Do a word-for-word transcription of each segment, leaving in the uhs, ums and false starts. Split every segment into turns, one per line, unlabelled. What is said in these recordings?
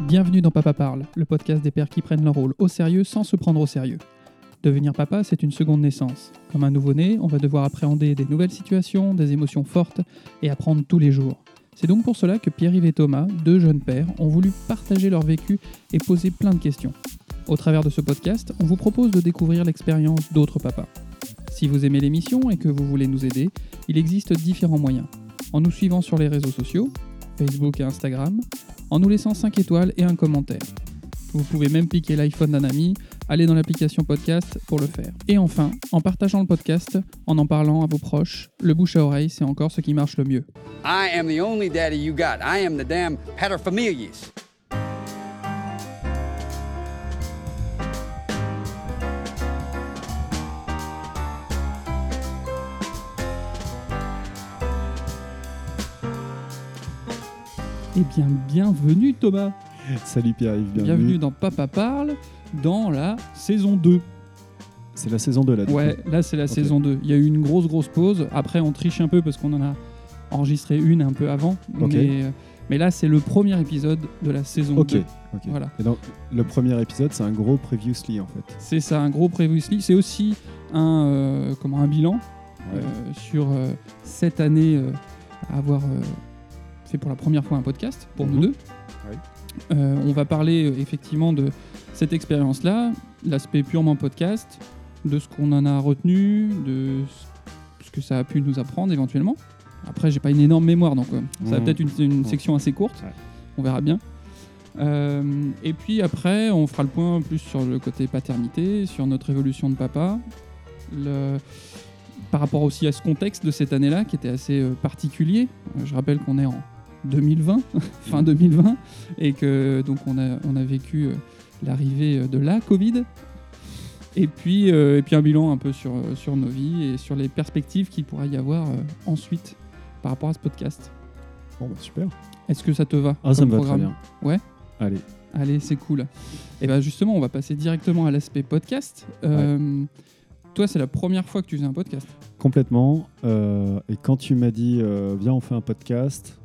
Bienvenue dans Papa Parle, le podcast des pères qui prennent leur rôle au sérieux sans se prendre au sérieux. Devenir papa, c'est une seconde naissance. Comme un nouveau-né, on va devoir appréhender des nouvelles situations, des émotions fortes et apprendre tous les jours. C'est donc pour cela que Pierre-Yves et Thomas, deux jeunes pères, ont voulu partager leur vécu et poser plein de questions. Au travers de ce podcast, on vous propose de découvrir l'expérience d'autres papas. Si vous aimez l'émission et que vous voulez nous aider, il existe différents moyens. En nous suivant sur les réseaux sociaux, Facebook et Instagram, en nous laissant cinq étoiles et un commentaire. Vous pouvez même piquer l'iPhone d'un ami, aller dans l'application podcast pour le faire. Et enfin, en partageant le podcast, en en parlant à vos proches, le bouche à oreille, c'est encore ce qui marche le mieux.
I am the only daddy you got. I am the damn paterfamilias.
Eh bien, bienvenue Thomas.
Salut Pierre-Yves, bienvenue.
Bienvenue dans Papa Parle, dans la saison deux.
C'est la saison deux là.
Ouais, là c'est la
okay.
saison deux. Il y a eu une grosse grosse pause. Après on triche un peu parce qu'on en a enregistré une un peu avant.
Okay.
Mais, mais là c'est le premier épisode de la saison
okay.
deux.
Okay.
Voilà.
Et donc le premier épisode c'est un gros previously en fait.
C'est ça, un gros previously. C'est aussi un, euh, comment, un bilan
ouais.
euh, sur euh, cette année euh, à avoir euh, fait pour la première fois un podcast pour mm-hmm. nous deux.
Ouais.
Euh, on va parler euh, effectivement de cette expérience-là, l'aspect purement podcast, de ce qu'on en a retenu, de ce que ça a pu nous apprendre éventuellement. Après, j'ai pas une énorme mémoire, donc euh, ça va mmh. peut-être une, une mmh. section assez courte. Ouais. On verra bien. Euh, et puis après, on fera le point plus sur le côté paternité, sur notre évolution de papa, le... par rapport aussi à ce contexte de cette année-là, qui était assez euh, particulier. Je rappelle qu'on est en deux mille vingt, fin deux mille vingt, et que donc on a on a vécu euh, l'arrivée de la Covid, et puis euh, et puis un bilan un peu sur sur nos vies et sur les perspectives qu'il pourrait y avoir euh, ensuite par rapport à ce podcast.
Bon bah super.
Est-ce que ça te va?
Ah ça me va très bien.
Ouais.
Allez.
Allez, c'est cool. Et ben justement, on va passer directement à l'aspect podcast. Euh, ouais. Toi, c'est la première fois que tu faisais un podcast?
Complètement. Euh, et quand tu m'as dit euh, viens on fait un podcast.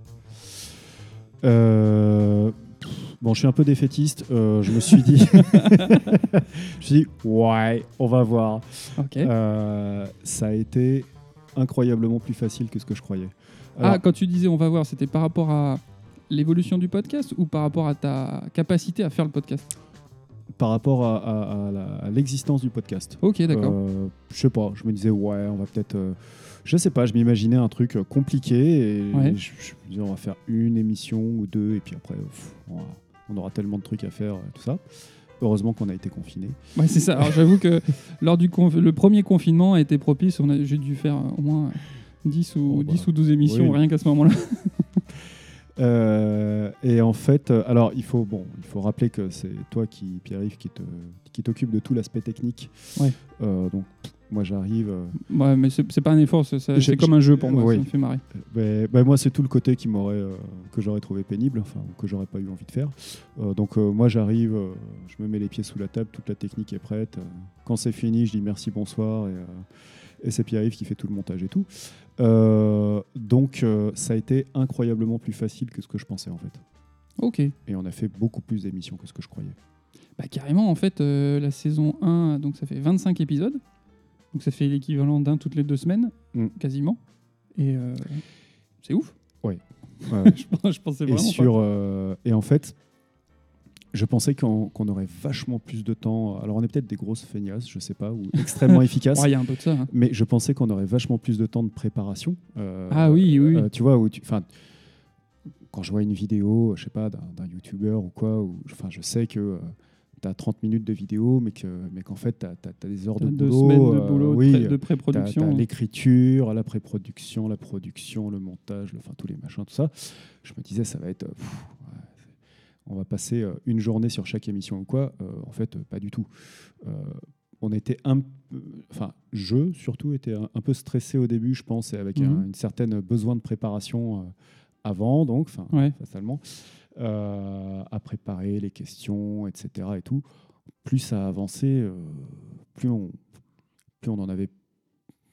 Euh, bon, je suis un peu défaitiste. Euh, je me suis dit, je me suis dit, ouais, on va voir.
Okay.
Euh, ça a été incroyablement plus facile que ce que je croyais. Alors,
ah, quand tu disais on va voir, c'était par rapport à l'évolution du podcast ou par rapport à ta capacité à faire le podcast?
Par rapport à, à, à, la, à l'existence du podcast.
Ok, d'accord.
Euh, je sais pas. Je me disais ouais, on va peut-être. Euh, Je sais pas, je m'imaginais un truc compliqué et
ouais.
je, je me disais on va faire une émission ou deux et puis après pff, on, va, on aura tellement de trucs à faire, tout ça. Heureusement qu'on a été confinés.
Ouais, c'est ça. Alors j'avoue que lors du conf- le premier confinement a été propice, on a, j'ai dû faire au moins dix ou, oh, bah, dix ou douze émissions oui. rien qu'à ce moment-là.
euh, et en fait, alors il faut, bon, il faut rappeler que c'est toi qui, Pierre-Yves, qui, te, qui t'occupe de tout l'aspect technique.
Ouais.
Euh, donc moi j'arrive. Euh...
Ouais, mais c'est, c'est pas un effort, c'est, c'est, c'est comme un jeu pour moi,
oui.
ça me fait marrer.
Euh, bah, moi c'est tout le côté qui m'aurait, euh, que j'aurais trouvé pénible, enfin que j'aurais pas eu envie de faire. Euh, donc euh, moi j'arrive, euh, je me mets les pieds sous la table, toute la technique est prête. Euh, quand c'est fini, je dis merci, bonsoir, et, euh, et c'est Pierre-Yves qui fait tout le montage et tout. Euh, donc euh, ça a été incroyablement plus facile que ce que je pensais en fait.
Ok.
Et on a fait beaucoup plus d'émissions que ce que je croyais.
Bah carrément en fait, euh, la saison un, donc ça fait vingt-cinq épisodes. Donc ça fait l'équivalent d'un toutes les deux semaines, mm. quasiment. Et euh, c'est ouf.
Ouais. ouais.
je, je pensais vraiment
et sur, euh, et en fait, je pensais qu'on, qu'on aurait vachement plus de temps. Alors on est peut-être des grosses feignasses, je sais pas, ou extrêmement efficaces.
Il ouais, y a un peu de ça. Hein.
Mais je pensais qu'on aurait vachement plus de temps de préparation.
Euh, ah oui, oui.
Euh, tu vois, où tu, quand je vois une vidéo, je sais pas, d'un, d'un youtubeur ou quoi, où, enfin, je sais que euh, tu as trente minutes de vidéo, mais, que, mais qu'en fait, tu as des heures
t'as
de
deux
boulot.
Deux semaines de boulot,
euh, oui,
de, pré- de pré-production.
Tu as l'écriture, la pré-production, la production, le montage, le, enfin, tous les machins, tout ça. Je me disais, ça va être... Pff, ouais, on va passer euh, une journée sur chaque émission ou quoi. Euh, en fait, euh, pas du tout. Euh, on était un... Enfin, je, surtout, était un, un peu stressé au début, je pense, et avec mm-hmm. un, une certaine besoin de préparation euh, avant, donc, enfin,
ouais.
fatalement. Euh, à préparer les questions, et cetera. Et tout. Plus ça avançait, euh, plus, on, plus on en avait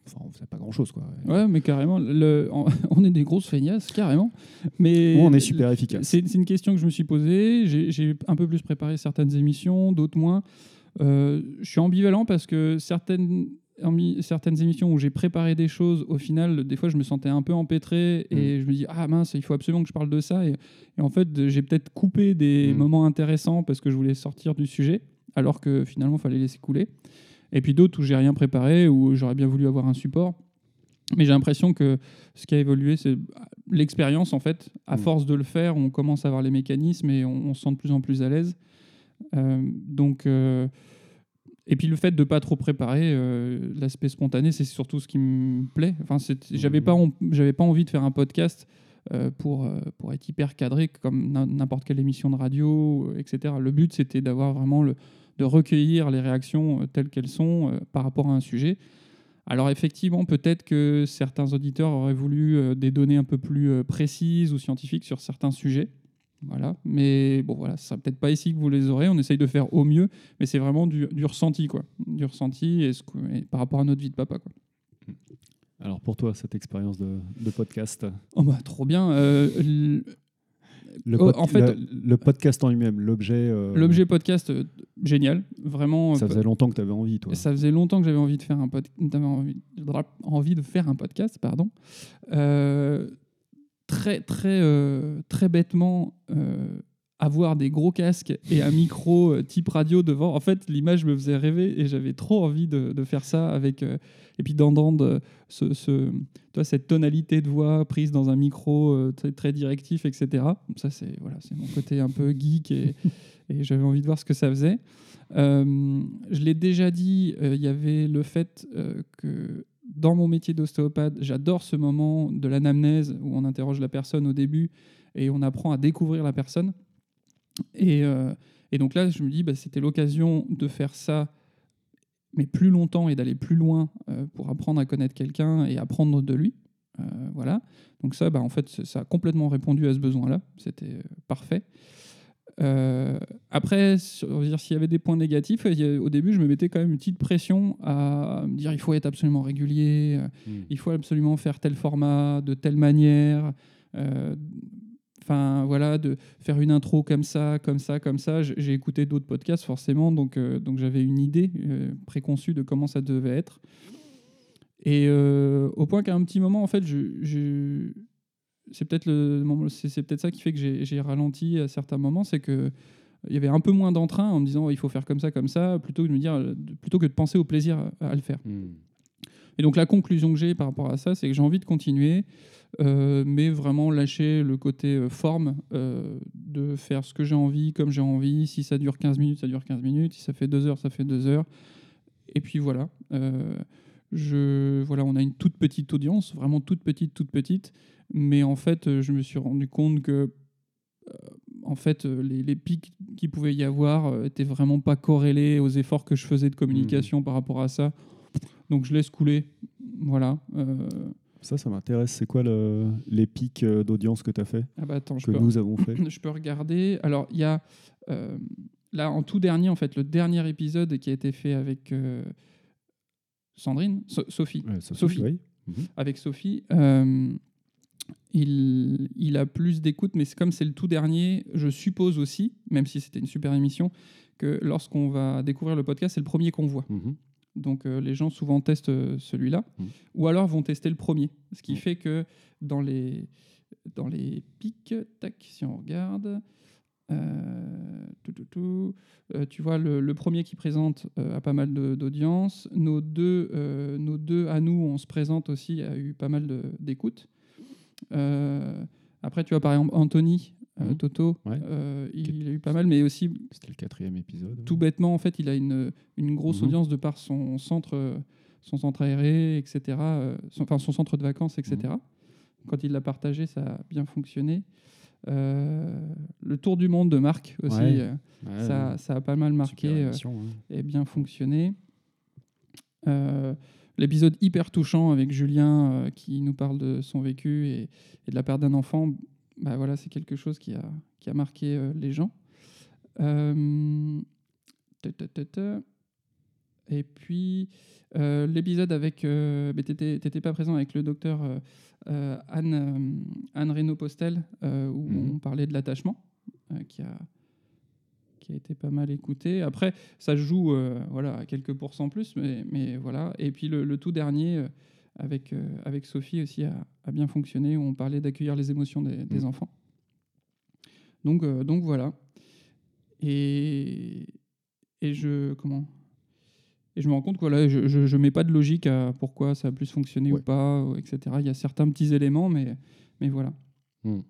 enfin, on faisait pas grand-chose, quoi.
Ouais, mais carrément, le, on est des grosses feignasses, carrément. Mais
on est super efficace.
C'est, c'est une question que je me suis posée. J'ai, j'ai un peu plus préparé certaines émissions, d'autres moins. Euh, je suis ambivalent parce que certaines, certaines émissions où j'ai préparé des choses, au final, des fois, je me sentais un peu empêtré et mmh. je me dis « Ah mince, il faut absolument que je parle de ça ». Et, et en fait, j'ai peut-être coupé des mmh. moments intéressants parce que je voulais sortir du sujet, alors que finalement, il fallait laisser couler. Et puis d'autres où j'ai rien préparé, où j'aurais bien voulu avoir un support. Mais j'ai l'impression que ce qui a évolué, c'est l'expérience, en fait. À mmh. force de le faire, on commence à avoir les mécanismes et on, on se sent de plus en plus à l'aise. Euh, donc, euh, et puis le fait de ne pas trop préparer, euh, l'aspect spontané, c'est surtout ce qui me plaît. Enfin, c'est, j'avais, pas, on, j'avais pas envie de faire un podcast euh, pour, euh, pour être hyper cadré comme n'importe quelle émission de radio, et cetera. Le but, c'était d'avoir vraiment le, de recueillir les réactions telles qu'elles sont euh, par rapport à un sujet. Alors effectivement, peut-être que certains auditeurs auraient voulu euh, des données un peu plus euh, précises ou scientifiques sur certains sujets. Voilà. Mais bon, voilà, ce sera peut-être pas ici que vous les aurez. On essaye de faire au mieux, mais c'est vraiment du, du ressenti, quoi. Du ressenti et, ce que, et par rapport à notre vie de papa, quoi.
Alors pour toi, cette expérience de, de podcast
Oh bah trop bien. Euh, l...
Le, pod- oh, en fait, le, le podcast en lui-même, l'objet... Euh...
L'objet podcast, euh, génial. Vraiment...
Ça faisait longtemps que tu avais envie, toi.
Ça faisait longtemps que j'avais envie de faire un, pod... envie... envie de faire un podcast. Pardon. Euh, très, très, euh, très bêtement, euh, avoir des gros casques et un micro euh, type radio devant. En fait, l'image me faisait rêver et j'avais trop envie de, de faire ça avec... Euh, et puis d'entendre ce, ce, toi, cette tonalité de voix prise dans un micro euh, très, très directif, et cetera. Ça, c'est, voilà, c'est mon côté un peu geek et, et j'avais envie de voir ce que ça faisait. Euh, je l'ai déjà dit, il euh, y avait le fait euh, que dans mon métier d'ostéopathe, j'adore ce moment de l'anamnèse où on interroge la personne au début et on apprend à découvrir la personne. Et, euh, et donc là, je me dis, bah, c'était l'occasion de faire ça, mais plus longtemps et d'aller plus loin euh, pour apprendre à connaître quelqu'un et apprendre de lui. Euh, voilà. Donc ça, bah, en fait, ça a complètement répondu à ce besoin-là. C'était euh, parfait. Euh, après, sur, dire, s'il y avait des points négatifs, il y a, au début, je me mettais quand même une petite pression à me dire il faut être absolument régulier, mmh. il faut absolument faire tel format, de telle manière. Euh, Enfin, voilà, de faire une intro comme ça, comme ça, comme ça. J'ai écouté d'autres podcasts, forcément, donc, euh, donc j'avais une idée euh, préconçue de comment ça devait être. Et euh, au point qu'à un petit moment, en fait, je, je... c'est peut-être le... c'est, c'est peut-être ça qui fait que j'ai, j'ai ralenti à certains moments, c'est que il y avait un peu moins d'entrain en me disant oh, il faut faire comme ça, comme ça, plutôt que de me dire, plutôt que de penser au plaisir à, à le faire. Mmh. Et donc la conclusion que j'ai par rapport à ça, c'est que j'ai envie de continuer. Euh, mais vraiment lâcher le côté euh, forme, euh, de faire ce que j'ai envie, comme j'ai envie. Si ça dure quinze minutes, ça dure quinze minutes. Si ça fait deux heures, ça fait deux heures. Et puis voilà. Euh, je, voilà, on a une toute petite audience, vraiment toute petite, toute petite. Mais en fait, je me suis rendu compte que euh, en fait, les, les pics qu'il pouvait y avoir euh, étaient vraiment pas corrélés aux efforts que je faisais de communication mmh. par rapport à ça. Donc je laisse couler. Voilà. Euh,
Ça, ça m'intéresse. C'est quoi le, les pics d'audience que tu as fait,
ah bah attends,
que
peux,
nous avons fait?
Je peux regarder. Alors, il y a, euh, là, en tout dernier, en fait, le dernier épisode qui a été fait avec euh, Sandrine, so- Sophie.
Ouais, Sophie,
Sophie.
Oui. Mm-hmm.
Avec Sophie, euh, il, il a plus d'écoute, mais c'est comme c'est le tout dernier, je suppose aussi, même si c'était une super émission, que lorsqu'on va découvrir le podcast, c'est le premier qu'on voit. Mm-hmm. Donc euh, les gens souvent testent euh, celui-là, mmh. ou alors vont tester le premier. Ce qui mmh. fait que dans les, dans les pics, tac, si on regarde, euh, tout, tout, tout, euh, tu vois, le, le premier qui présente euh, a pas mal de, d'audience. Nos deux, euh, nos deux à nous, on se présente aussi, a eu pas mal de, d'écoute. Euh, après, tu vois, par exemple, Anthony, Euh, mmh. Toto, ouais. euh, il, il a eu pas mal, mais aussi...
C'était le quatrième épisode.
Tout ouais. bêtement, en fait, il a une, une grosse mmh. audience de par son centre, son centre aéré, et cetera. Euh, son, enfin, son centre de vacances, et cetera. Mmh. Quand il l'a partagé, ça a bien fonctionné. Euh, le tour du monde de Marc aussi, ouais. Euh, ouais, ça, ouais. ça a pas mal marqué émission, euh, ouais. et bien fonctionné. Euh, l'épisode hyper touchant avec Julien euh, qui nous parle de son vécu et, et de la perte d'un enfant, bah voilà, c'est quelque chose qui a, qui a marqué euh, les gens. Euh, ta, ta, ta, ta. Et puis, euh, l'épisode avec... Euh, mais tu n'étais pas présent avec le docteur euh, euh, Anne, euh, Anne Reynaud-Postel, euh, où
Mhm.
on parlait de l'attachement, euh, qui, a, qui a été pas mal écouté. Après, ça joue euh, voilà, à quelques pourcents plus, mais, mais voilà. Et puis, le, le tout dernier, euh, avec, euh, avec Sophie aussi, a, a bien fonctionné, où on parlait d'accueillir les émotions des, des
Mhm.
enfants. Donc, euh, donc voilà. Et, et je... Comment Et je me rends compte que voilà, je ne mets pas de logique à pourquoi ça a plus fonctionné
Ouais.
ou pas, et cetera. Il y a certains petits éléments, mais, mais voilà.
Hmm.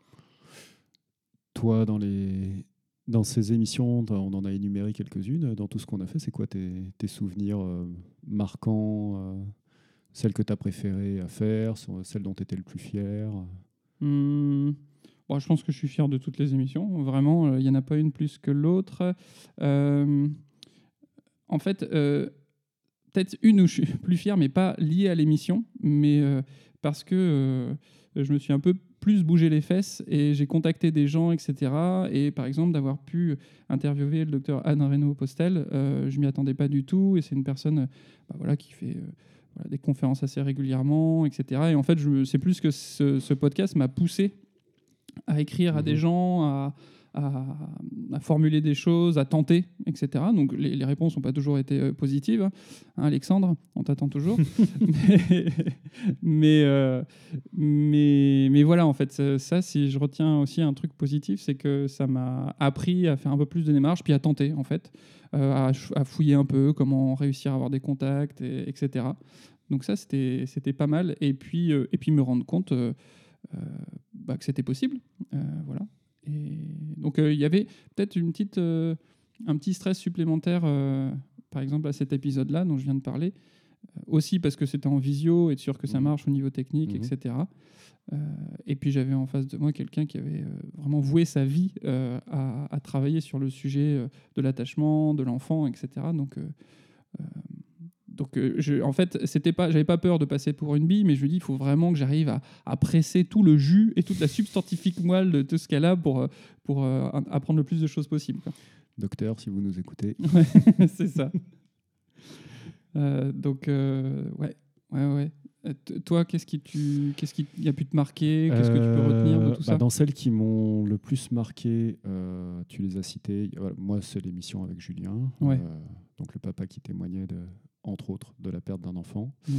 Toi, dans, les... dans ces émissions, on en a énuméré quelques-unes. Dans tout ce qu'on a fait, c'est quoi tes, tes souvenirs euh, marquants, euh, celles que tu as préférées à faire, celles dont tu étais le plus fier?
Hum, bon, je pense que je suis fier de toutes les émissions. Vraiment, il n'y en a pas une plus que l'autre. Euh, en fait, euh, peut-être une où je suis plus fier, mais pas liée à l'émission, mais euh, parce que euh, je me suis un peu plus bougé les fesses et j'ai contacté des gens, et cetera. Et par exemple, d'avoir pu interviewer le docteur Anne Reynaud-Postel, euh, je m'y attendais pas du tout. Et c'est une personne euh, bah, voilà, qui fait euh, voilà, des conférences assez régulièrement, et cetera. Et en fait, je, c'est plus que ce, ce podcast m'a poussé à écrire à
Mhm.
des gens, à, à, à formuler des choses, à tenter, et cetera. Donc les, les réponses n'ont pas toujours été euh, positives. Hein, Alexandre, on t'attend toujours. mais, mais, euh, mais, mais voilà, en fait, ça, ça, si je retiens aussi un truc positif, c'est que ça m'a appris à faire un peu plus de démarches, puis à tenter, en fait, euh, à, à fouiller un peu comment réussir à avoir des contacts, et, etc. Donc ça, c'était c'était pas mal. Et puis, euh, et puis me rendre compte... Euh, euh, bah, que c'était possible. Euh, voilà. Et donc euh, il y avait peut-être une petite, euh, un petit stress supplémentaire, euh, par exemple à cet épisode-là dont je viens de parler, euh, aussi parce que c'était en visio, être sûr que ça
Mhm.
marche au niveau technique,
Mhm.
et cetera. Euh, et puis j'avais en face de moi quelqu'un qui avait euh, vraiment voué sa vie euh, à, à travailler sur le sujet euh, de l'attachement, de l'enfant, et cetera. Donc euh, euh, donc, euh, je, en fait, c'était pas, j'avais pas peur de passer pour une bille, mais je me dis, il faut vraiment que j'arrive à, à presser tout le jus et toute la substantifique moelle de tout ce qu'elle a pour, euh, pour euh, apprendre le plus de choses possible. Quoi.
Docteur, si vous nous écoutez.
Ouais, c'est ça. Euh, donc, euh, ouais, ouais, ouais. Euh, t- Toi, qu'est-ce qui, tu, qu'est-ce qui y a pu te marquer? Qu'est-ce que tu peux retenir de
Euh,
tout
bah,
ça?
Dans celles qui m'ont le plus marqué, euh, tu les as citées. Voilà, moi, c'est l'émission avec Julien,
Ouais.
euh, donc le papa qui témoignait, de, entre autres, de la perte d'un enfant.
Mm.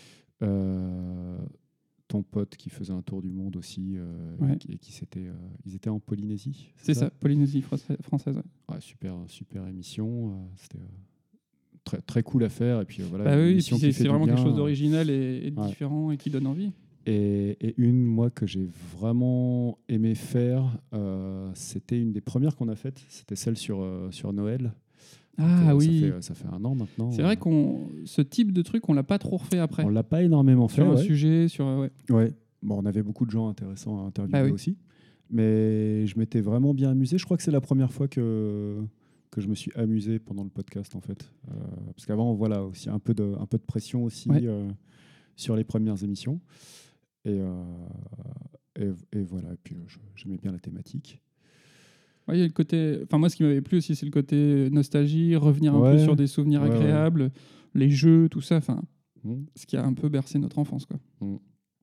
Euh, ton pote qui faisait un tour du monde aussi, euh,
Ouais.
et qui, et qui s'était, euh, ils étaient en Polynésie.
C'est ça, Polynésie française. française ouais.
Ouais, super, super émission. euh, C'était euh, très, très cool à faire. Et puis euh, voilà,
Bah
une
oui, et
émission
puis
qui
c'est,
fait
c'est
du
vraiment quelque
bien,
chose
euh,
d'original et, et de
ouais.
différent et qui donne envie.
Et, et une, moi, que j'ai vraiment aimé faire, euh, c'était une des premières qu'on a faites. C'était celle sur, euh, sur Noël. Donc,
Ah
euh,
oui,
ça fait, ça fait un an maintenant.
c'est vrai
Euh,
qu'on ce type de truc, on l'a pas trop refait après.
On l'a pas énormément fait.
Sur un
ouais.
sujet, sur euh, ouais.
Ouais. Bon, on avait beaucoup de gens intéressants à interviewer
Bah oui.
aussi. Mais je m'étais vraiment bien amusé. Je crois que c'est la première fois que, que je me suis amusé pendant le podcast, en fait. Euh, parce qu'avant, voilà, aussi un peu de, un peu de pression aussi
Ouais.
euh, sur les premières émissions. Et, euh, et, et voilà. Et puis, je- j'aimais bien la thématique.
Ouais, il y a le côté. Enfin, moi, ce qui m'avait plu aussi, c'est le côté nostalgie, revenir un
Ouais.
peu sur des souvenirs
Ouais, ouais.
agréables, les jeux, tout ça. Enfin,
Mmh.
ce qui a un peu bercé notre enfance, quoi.
Mm.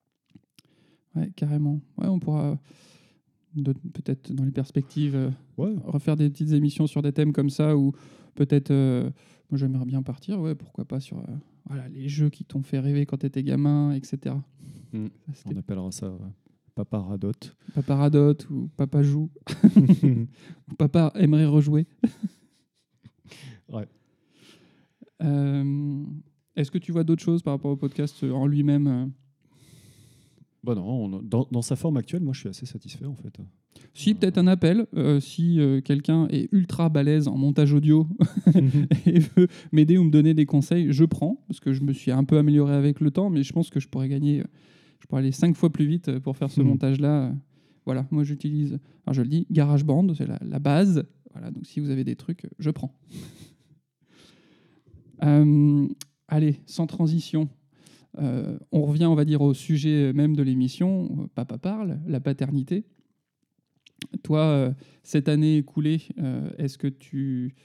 Ouais, carrément. Ouais, on pourra de- peut-être dans les perspectives euh,
Ouais.
refaire des petites émissions sur des thèmes comme ça, ou peut-être. euh, moi, j'aimerais bien partir. Ouais, pourquoi pas sur euh, voilà les jeux qui t'ont fait rêver quand t'étais gamin, et cetera.
Mm.
Ça, c'était
On appellera ça ouais, Papa Radote.
Papa radote ou Papa joue ou Papa aimerait rejouer.
Ouais.
Euh, Est-ce que tu vois d'autres choses par rapport au podcast en lui-même euh
Bah non, on- dans, dans sa forme actuelle, moi je suis assez satisfait en fait.
Si, peut-être un appel, euh, si euh, quelqu'un est ultra balèze en montage audio et veut m'aider ou me donner des conseils, je prends, parce que je me suis un peu amélioré avec le temps, mais je pense que je pourrais gagner, euh, je pourrais aller cinq fois plus vite pour faire ce
Mhm.
montage-là. Euh, Voilà, moi j'utilise, alors je le dis, GarageBand, c'est la, la base. Voilà, donc si vous avez des trucs, je prends. Euh, allez, sans transition, euh, on revient, on va dire, au sujet même de l'émission. Papa parle, la paternité. Toi, euh, cette année écoulée, euh, est-ce que tu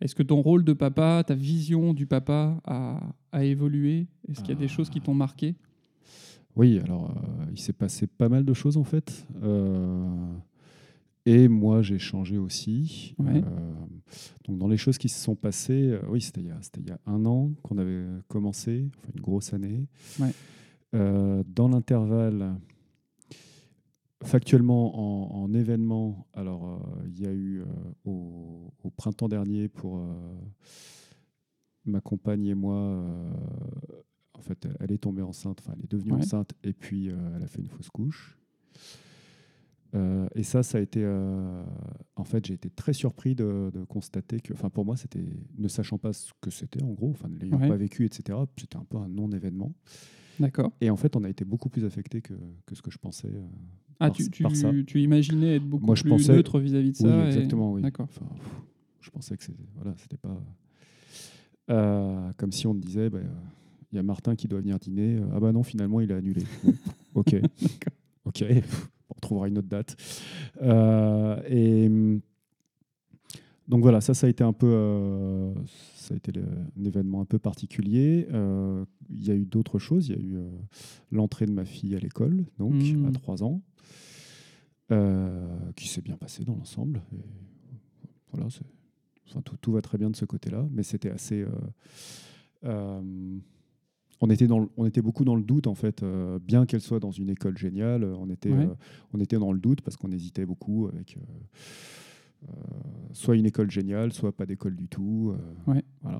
Est-ce que ton rôle de papa, ta vision du papa a, a évolué? Est-ce qu'il y a des choses qui t'ont marqué?
Oui, alors euh, il s'est passé pas mal de choses en fait. Euh, et moi, j'ai changé aussi.
Ouais.
Euh, donc dans les choses qui se sont passées, euh, oui, c'était il, y a, c'était il y a un an qu'on avait commencé, enfin une grosse année.
Ouais.
Euh, dans l'intervalle, factuellement en, en événement, alors euh, il y a eu euh, au, au printemps dernier pour euh, ma compagne et moi. Euh, En fait, elle est tombée enceinte, enfin, elle est devenue
Ouais.
enceinte, et puis euh, elle a fait une fausse couche. Euh, et ça, ça a été. Euh, en fait, j'ai été très surpris de, de constater que, enfin, pour moi, c'était, ne sachant pas ce que c'était, en gros, enfin, ne l'ayant
Ouais.
pas vécu, et cetera, c'était un peu un non-événement.
D'accord.
Et en fait, on a été beaucoup plus affecté que, que ce que je pensais. Euh,
Ah,
par,
tu, tu,
par ça.
tu imaginais être beaucoup
Moi, je
plus
pensais-
neutre vis-à-vis de ça?
Oui,
et-
exactement, oui.
D'accord.
Enfin, pff, je pensais que c'était, voilà, c'était pas. Euh, comme si on te disait, bah, il y a Martin qui doit venir dîner. Ah bah non, finalement, il a annulé. Bon, ok, ok, on trouvera une autre date. Euh, et donc voilà, ça, ça a été un peu, euh, ça a été le- un événement un peu particulier. Euh, Il y a eu d'autres choses. Il y a eu euh, l'entrée de ma fille à l'école, donc
Mmh.
à trois ans, euh, qui s'est bien passé dans l'ensemble. Et voilà, c'est, enfin, tout, tout va très bien de ce côté-là, mais c'était assez. Euh, euh, on était, dans le- on était beaucoup dans le doute, en fait. Euh, bien qu'elle soit dans une école géniale, on était,
Ouais.
euh, on était dans le doute parce qu'on hésitait beaucoup avec euh, euh, soit une école géniale, soit pas d'école du tout. euh,
Ouais.
Voilà.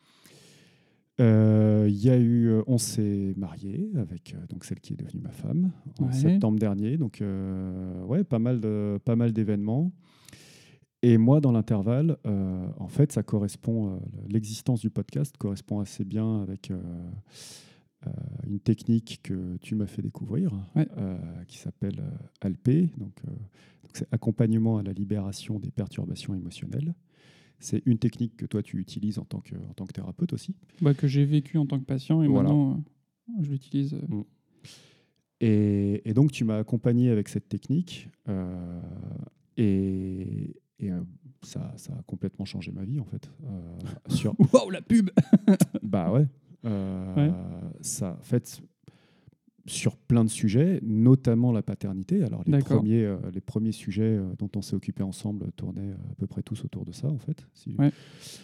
Euh, Il y a eu, euh, on s'est marié avec euh, donc celle qui est devenue ma femme en
Ouais.
septembre dernier. Donc, euh, ouais, pas mal de, pas mal d'événements. Et moi, dans l'intervalle, euh, en fait, ça correspond, euh, l'existence du podcast correspond assez bien avec euh, euh, une technique que tu m'as fait découvrir,
Ouais.
euh, qui s'appelle euh, A L P. Donc, euh, donc, c'est accompagnement à la libération des perturbations émotionnelles. C'est une technique que toi, tu utilises en tant que, en tant que thérapeute aussi.
Bah, que j'ai vécu en tant que patient et
Voilà.
maintenant euh, je l'utilise. euh.
Et, et donc, tu m'as accompagné avec cette technique. euh, et et euh, ça, ça a complètement changé ma vie, en fait. Euh, sur,
Waouh, la pub!
bah ouais. Euh,
Ouais.
Ça, en fait, sur plein de sujets, notamment la paternité. Alors, les
D'accord.
premiers, euh, les premiers sujets euh, dont on s'est occupé ensemble tournaient à peu près tous autour de ça, en fait. Si-
Ouais.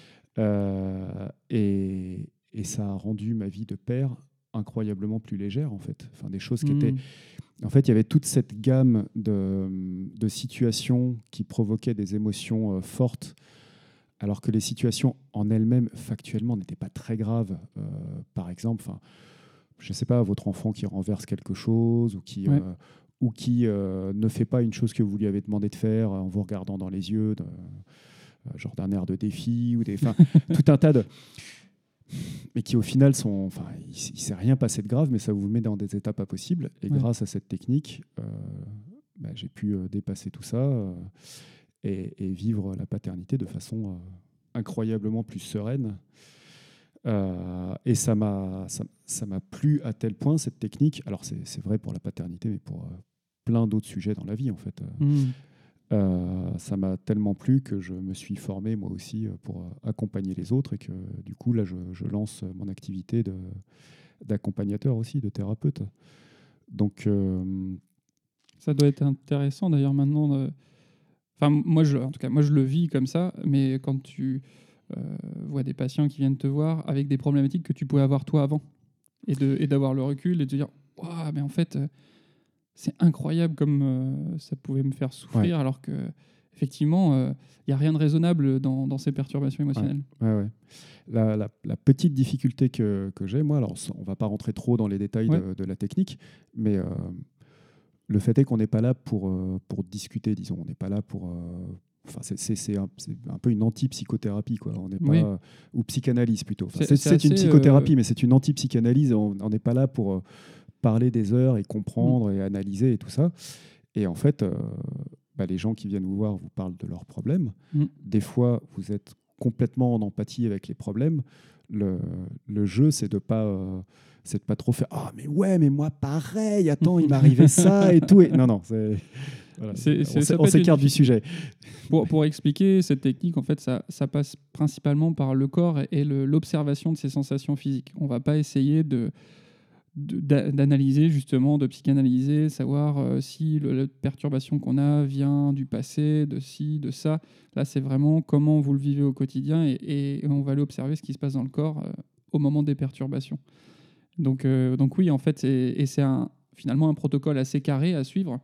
Euh, et, et ça a rendu ma vie de père incroyablement plus légère, en fait. Enfin, des choses qui
Mmh.
étaient... En fait, il y avait toute cette gamme de, de situations qui provoquaient des émotions euh, fortes, alors que les situations en elles-mêmes, factuellement, n'étaient pas très graves. Euh, par exemple, enfin, je ne sais pas, votre enfant qui renverse quelque chose ou qui,
Ouais.
euh, ou qui euh, ne fait pas une chose que vous lui avez demandé de faire en vous regardant dans les yeux, de, euh, genre d'un air de défi, ou des, enfin, tout un tas de... mais qui au final sont, enfin, il, il s'est rien passé de grave, mais ça vous met dans des états pas possibles. Et
Ouais.
grâce à cette technique, euh, bah, j'ai pu euh, dépasser tout ça euh, et, et vivre la paternité de façon euh, incroyablement plus sereine. Euh, et ça m'a, ça, ça m'a plu à tel point cette technique. Alors c'est, c'est vrai pour la paternité, mais pour euh, plein d'autres sujets dans la vie en fait. Euh,
Mmh.
euh, ça m'a tellement plu que je me suis formé moi aussi euh, pour euh, accompagner les autres et que du coup là je, je lance mon activité de, d'accompagnateur aussi, de thérapeute. Donc euh,
Ça doit être intéressant d'ailleurs maintenant. de- Enfin, moi, je, en tout cas, moi, je le vis comme ça, mais quand tu euh, vois des patients qui viennent te voir avec des problématiques que tu pouvais avoir toi avant, et, de, et d'avoir le recul et de te dire, waouh, mais en fait, euh, c'est incroyable comme euh, ça pouvait me faire souffrir,
Ouais.
alors que effectivement, il n'y a rien de raisonnable dans, dans ces perturbations émotionnelles.
ouais, ouais. La, la- la petite difficulté que, que j'ai, moi, alors on ne va pas rentrer trop dans les détails
Ouais.
de, de la technique, mais euh, le fait est qu'on n'est pas là pour, euh, pour discuter, disons. On n'est pas là pour... euh, Enfin, c'est, c'est, c'est, un, c'est un peu une anti-psychothérapie, quoi. On n'est pas,
Oui.
ou psychanalyse plutôt. Enfin,
C'est-
c'est,
c'est
c'est une
assez,
psychothérapie,
euh,
mais c'est une anti-psychanalyse. On on n'est pas là pour euh, parler des heures et comprendre et analyser et tout ça. Et en fait, euh, bah, les gens qui viennent vous voir vous parlent de leurs problèmes.
Mm.
Des fois, vous êtes complètement en empathie avec les problèmes. Le, le jeu, c'est de pas, euh, c'est de pas trop faire. Ah, mais ouais, mais moi pareil. Attends, il m'arrivait ça et tout. Et non, non. C'est... Voilà.
C'est- c'est-
on
ça
s'é-
peut
on
être une
s'écarte du
difficulté.
sujet.
Pour, pour expliquer cette technique, en fait, ça, ça passe principalement par le corps et le- l'observation de ses sensations physiques. On va pas essayer de, de- d'a- d'analyser, justement, de psychanalyser, savoir euh, si le- la perturbation qu'on a vient du passé, de ci, de ça. Là, c'est vraiment comment vous le vivez au quotidien et, et on va aller observer ce qui se passe dans le corps euh, au moment des perturbations. Donc, euh, donc oui, en fait, c'est- et c'est un, finalement un protocole assez carré à suivre.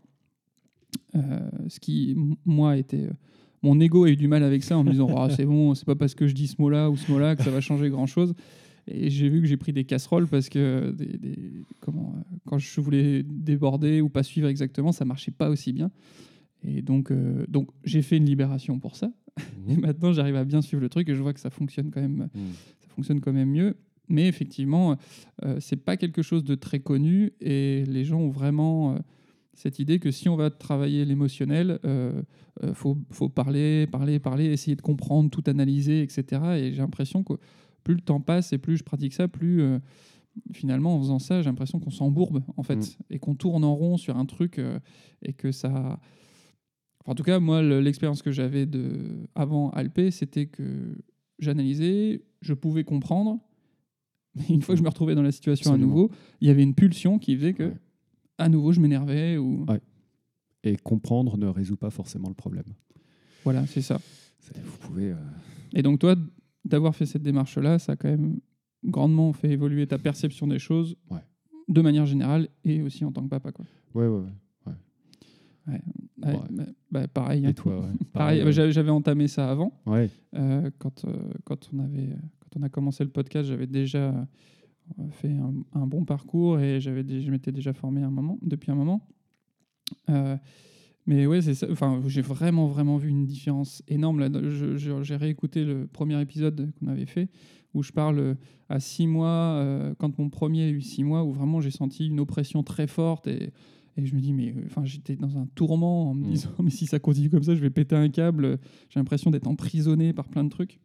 Euh, ce qui, m- moi, était... Mon ego a eu du mal avec ça en me disant oh, c'est bon, c'est pas parce que je dis ce mot-là ou ce mot-là que ça va changer grand-chose. Et j'ai vu que j'ai pris des casseroles parce que des, des- comment, euh, quand je voulais déborder ou pas suivre exactement, ça marchait pas aussi bien. Et donc, euh, donc j'ai fait une libération pour ça. Et maintenant, j'arrive à bien suivre le truc et je vois que ça fonctionne quand même,
Mmh.
ça fonctionne quand même mieux. Mais effectivement, euh, c'est pas quelque chose de très connu et les gens ont vraiment euh, cette idée que si on va travailler l'émotionnel, euh, euh, faut, faut parler, parler, parler, essayer de comprendre, tout analyser, et cetera. Et j'ai l'impression que plus le temps passe et plus je pratique ça, plus euh, finalement en faisant ça, j'ai l'impression qu'on s'embourbe en fait
Mm.
et qu'on tourne en rond sur un truc euh, et que ça. Enfin, en tout cas, moi, le- l'expérience que j'avais de avant Alpé, c'était que j'analysais, je pouvais comprendre, mais une fois que je me retrouvais dans la situation
Absolument.
à nouveau, il y avait une pulsion qui faisait que
Ouais.
à nouveau je m'énervais ou
Ouais. Et comprendre ne résout pas forcément le problème.
voilà, c'est ça.
C'est- Vous pouvez. euh,
Et donc toi, d'avoir fait cette démarche-là, ça a quand même grandement fait évoluer ta perception des choses
Ouais.
de manière générale et aussi en tant que papa, quoi.
Ouais, ouais, ouais.
Ouais,
Ouais.
bah, bah, pareil. hein.
Et toi, ouais.
Pareil,
ouais.
j'avais j'avais entamé ça avant.
Ouais.
Euh, quand, euh, quand, on avait, quand on a commencé le podcast, j'avais déjà euh, fait un, un bon parcours et j'avais dé- je m'étais déjà formé un moment, depuis un moment. Euh, mais ouais, c'est ça. Enfin, j'ai vraiment, vraiment vu une différence énorme. Là. Je- je- j'ai réécouté le premier épisode qu'on avait fait où je parle euh, à six mois, euh, quand mon premier a eu six mois, où vraiment j'ai senti une oppression très forte et, et je me dis, mais euh, enfin, j'étais dans un tourment en me
Mm.
disant, mais si ça continue comme ça, je vais péter un câble. J'ai l'impression d'être emprisonné par plein de trucs.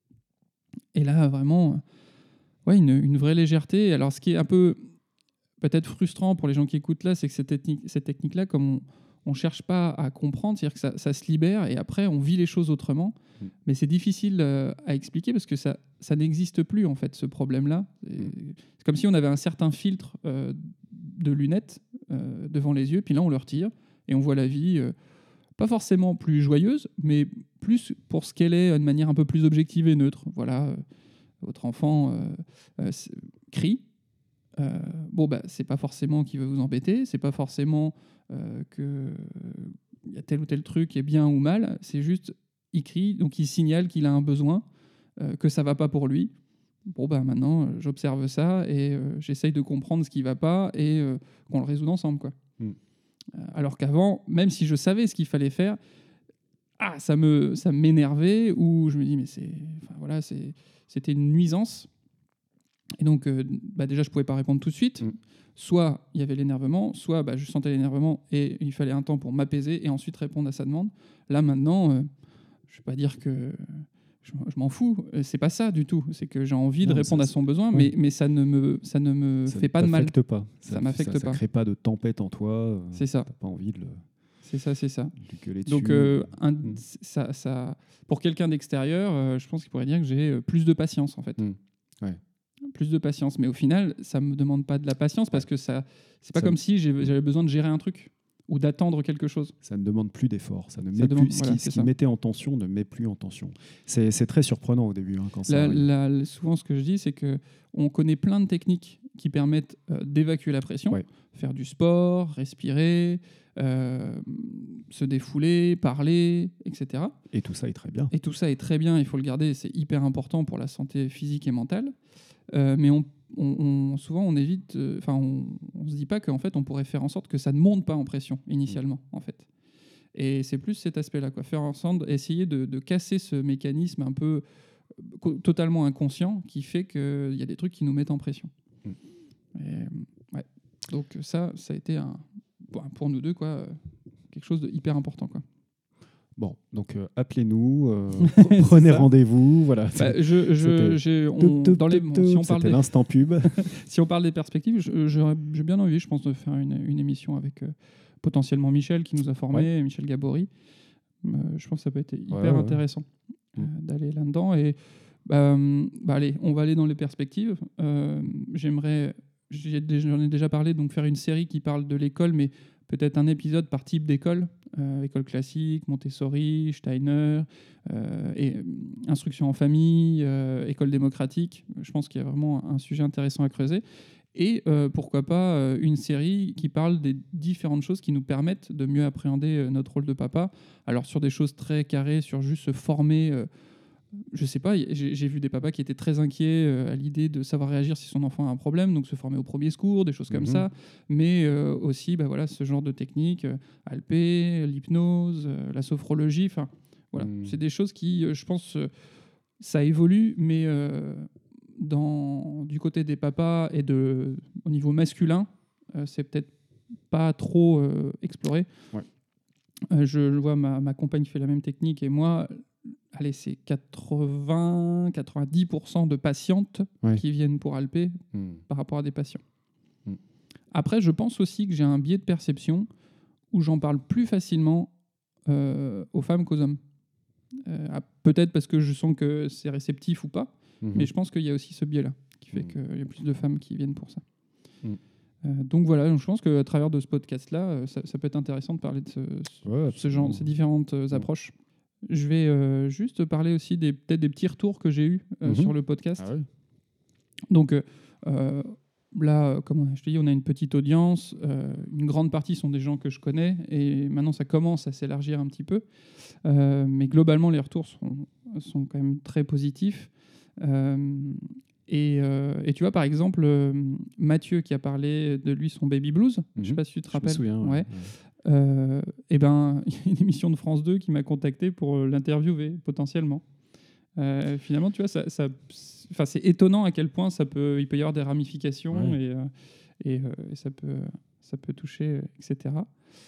Et là, vraiment, euh, ouais, une, une vraie légèreté. Alors, ce qui est un peu peut-être frustrant pour les gens qui écoutent là, c'est que cette technique, cette technique-là, comme on ne cherche pas à comprendre, c'est-à-dire que ça, ça se libère et après, on vit les choses autrement.
Mm.
Mais c'est difficile euh, à expliquer parce que ça, ça n'existe plus, en fait, ce problème-là. C'est
Mm.
c'est comme si on avait un certain filtre euh, de lunettes euh, devant les yeux, puis là, on le retire et on voit la vie, euh, pas forcément plus joyeuse, mais plus pour ce qu'elle est, de manière un peu plus objective et neutre. Voilà, euh, votre enfant euh, euh, c'est- crie. Euh, bon, bah, c'est pas forcément qu'il veut vous embêter, c'est pas forcément euh, que il y a tel ou tel truc qui est bien ou mal, c'est juste il crie, donc il signale qu'il a un besoin, euh, que ça va pas pour lui. Bon, bah maintenant, euh, j'observe ça et euh, j'essaye de comprendre ce qui va pas et euh, qu'on le résout ensemble, quoi.
Mm.
Euh, alors qu'avant, même si je savais ce qu'il fallait faire, ah, ça me ça m'énervait ou je me dis mais c'est enfin voilà, c'est c'était une nuisance. Et donc, euh, bah déjà, je pouvais pas répondre tout de suite.
Mm.
Soit il y avait l'énervement, soit bah, je sentais l'énervement et il fallait un temps pour m'apaiser et ensuite répondre à sa demande. Là, maintenant, euh, je vais pas dire que je, je m'en fous. Euh, C'est pas ça du tout. C'est que j'ai envie de
Non,
répondre
ça,
à son besoin,
ouais.
mais, mais ça ne me, ça ne me
Ça
fait pas de mal.
t'affecte pas.
Ça m'affecte
ça,
pas.
Ça crée pas de tempête en toi. euh,
C'est ça.
T'as pas envie de le,
C'est ça, c'est ça.
de lui gueuler dessus.
Donc, euh, un-
Mm.
ça, ça, pour quelqu'un d'extérieur, euh, je pense qu'il pourrait dire que j'ai euh, plus de patience, en fait.
Mm. Ouais.
Plus de patience. Mais au final, ça me demande pas de la patience parce que ça, c'est pas
Ça
comme
me-
si j'ai- j'avais besoin de gérer un truc ou d'attendre quelque chose.
Ça ne demande plus d'effort. Ça ne
Ça
met
demande-
plus, ce
voilà,
qui,
c'est
ce qui
ça.
mettait en tension ne met plus en tension. C'est c'est très surprenant au début hein, quand ça
La-
arrive.
la- souvent, ce que je dis, c'est que on connaît plein de techniques qui permettent euh, d'évacuer la pression,
Ouais.
faire du sport, respirer, euh, se défouler, parler, et cetera.
Et tout ça est très bien.
Et tout ça est très bien, il faut le garder, c'est hyper important pour la santé physique et mentale. Euh, mais on, on- on- souvent, on évite, euh, enfin, on, on se dit pas qu'en fait, on pourrait faire en sorte que ça ne monte pas en pression initialement, en fait. Et c'est plus cet aspect-là, quoi. Faire ensemble, essayer de, de casser ce mécanisme un peu euh, co- totalement inconscient qui fait qu'il y a des trucs qui nous mettent en pression.
Mm.
Et, euh, ouais. Donc ça, ça a été un, bon, pour nous deux, quoi, euh, quelque chose de hyper important, quoi.
Bon, donc euh, appelez-nous, euh,
C'est
prenez
ça.
rendez-vous. Voilà.
Bah, je, je,
C'était-
j'ai- on-
Toup, toup,
dans les,
toup,
bon, si on
toup,
parle
C'était
des,
l'instant pub.
si on parle des perspectives, je- j'aurais- j'ai bien envie, je pense, de faire une, une émission avec euh, potentiellement Michel qui nous a formés,
Ouais.
Michel Gabory. Euh, je pense que ça peut être hyper
Ouais, ouais.
intéressant euh,
Mm.
d'aller là-dedans. Et bah, bah, allez, on va aller dans les perspectives. Euh, j'aimerais, j'ai déjà- j'en ai déjà parlé, donc faire une série qui parle de l'école, mais peut-être un épisode par type d'école. Euh, école classique, Montessori, Steiner, euh, et, euh, instruction en famille, euh, école démocratique. Je pense qu'il y a vraiment un sujet intéressant à creuser. Et euh, pourquoi pas euh, une série qui parle des différentes choses qui nous permettent de mieux appréhender euh, notre rôle de papa. Alors sur des choses très carrées, sur juste se former, euh, je sais pas, j'ai j'ai vu des papas qui étaient très inquiets euh, à l'idée de savoir réagir si son enfant a un problème, donc se former au premier secours, des choses comme
Mhm.
ça, mais euh, aussi bah, voilà, ce genre de techniques, euh, Alpé, l'hypnose, euh, la sophrologie, enfin voilà,
Mhm.
c'est des choses qui, euh, je pense, euh, ça évolue, mais euh, dans, du côté des papas et de, au niveau masculin, euh, c'est peut-être pas trop euh, exploré.
Ouais.
Euh, je, je vois ma, ma compagne fait la même technique et moi, allez, c'est quatre-vingts à quatre-vingt-dix pour cent de patientes
Ouais.
qui viennent pour Alpé
Mm.
par rapport à des patients.
Mm.
Après, je pense aussi que j'ai un biais de perception où j'en parle plus facilement euh, aux femmes qu'aux hommes. Euh, ah, peut-être parce que je sens que c'est réceptif ou pas,
Mhm.
mais je pense qu'il y a aussi ce biais-là qui fait
Mm.
qu'il y a plus de femmes qui viennent pour ça.
Mm.
Euh, donc voilà, donc je pense qu'à travers de ce podcast-là, euh, ça, ça peut être intéressant de parler de ce, ce-
Ouais,
ce genre,
absolument.
ces différentes euh,
Mm.
approches. Je vais euh, juste parler aussi des, peut-être des petits retours que j'ai eus euh,
Mhm.
sur le podcast.
Ah ouais.
Donc euh, euh, là, euh, comme on- je te dis, on a une petite audience. Euh, une grande partie sont des gens que je connais. Et maintenant, ça commence à s'élargir un petit peu. Euh, mais globalement, les retours sont, sont quand même très positifs. Euh, et, euh, et tu vois, par exemple, euh, Mathieu qui a parlé de lui, son baby blues. Je ne sais
Mhm.
pas si tu te
Je me
rappelles.
souviens.
Ouais.
Ouais.
Euh, et ben, il y a une émission de France deux qui m'a contacté pour euh, l'interviewer potentiellement. Euh, finalement, tu vois, ça, ça, enfin, c'est étonnant à quel point ça peut, il peut y avoir des ramifications
Ouais.
et, euh, et, euh, et ça peut, ça peut toucher, euh, et cetera.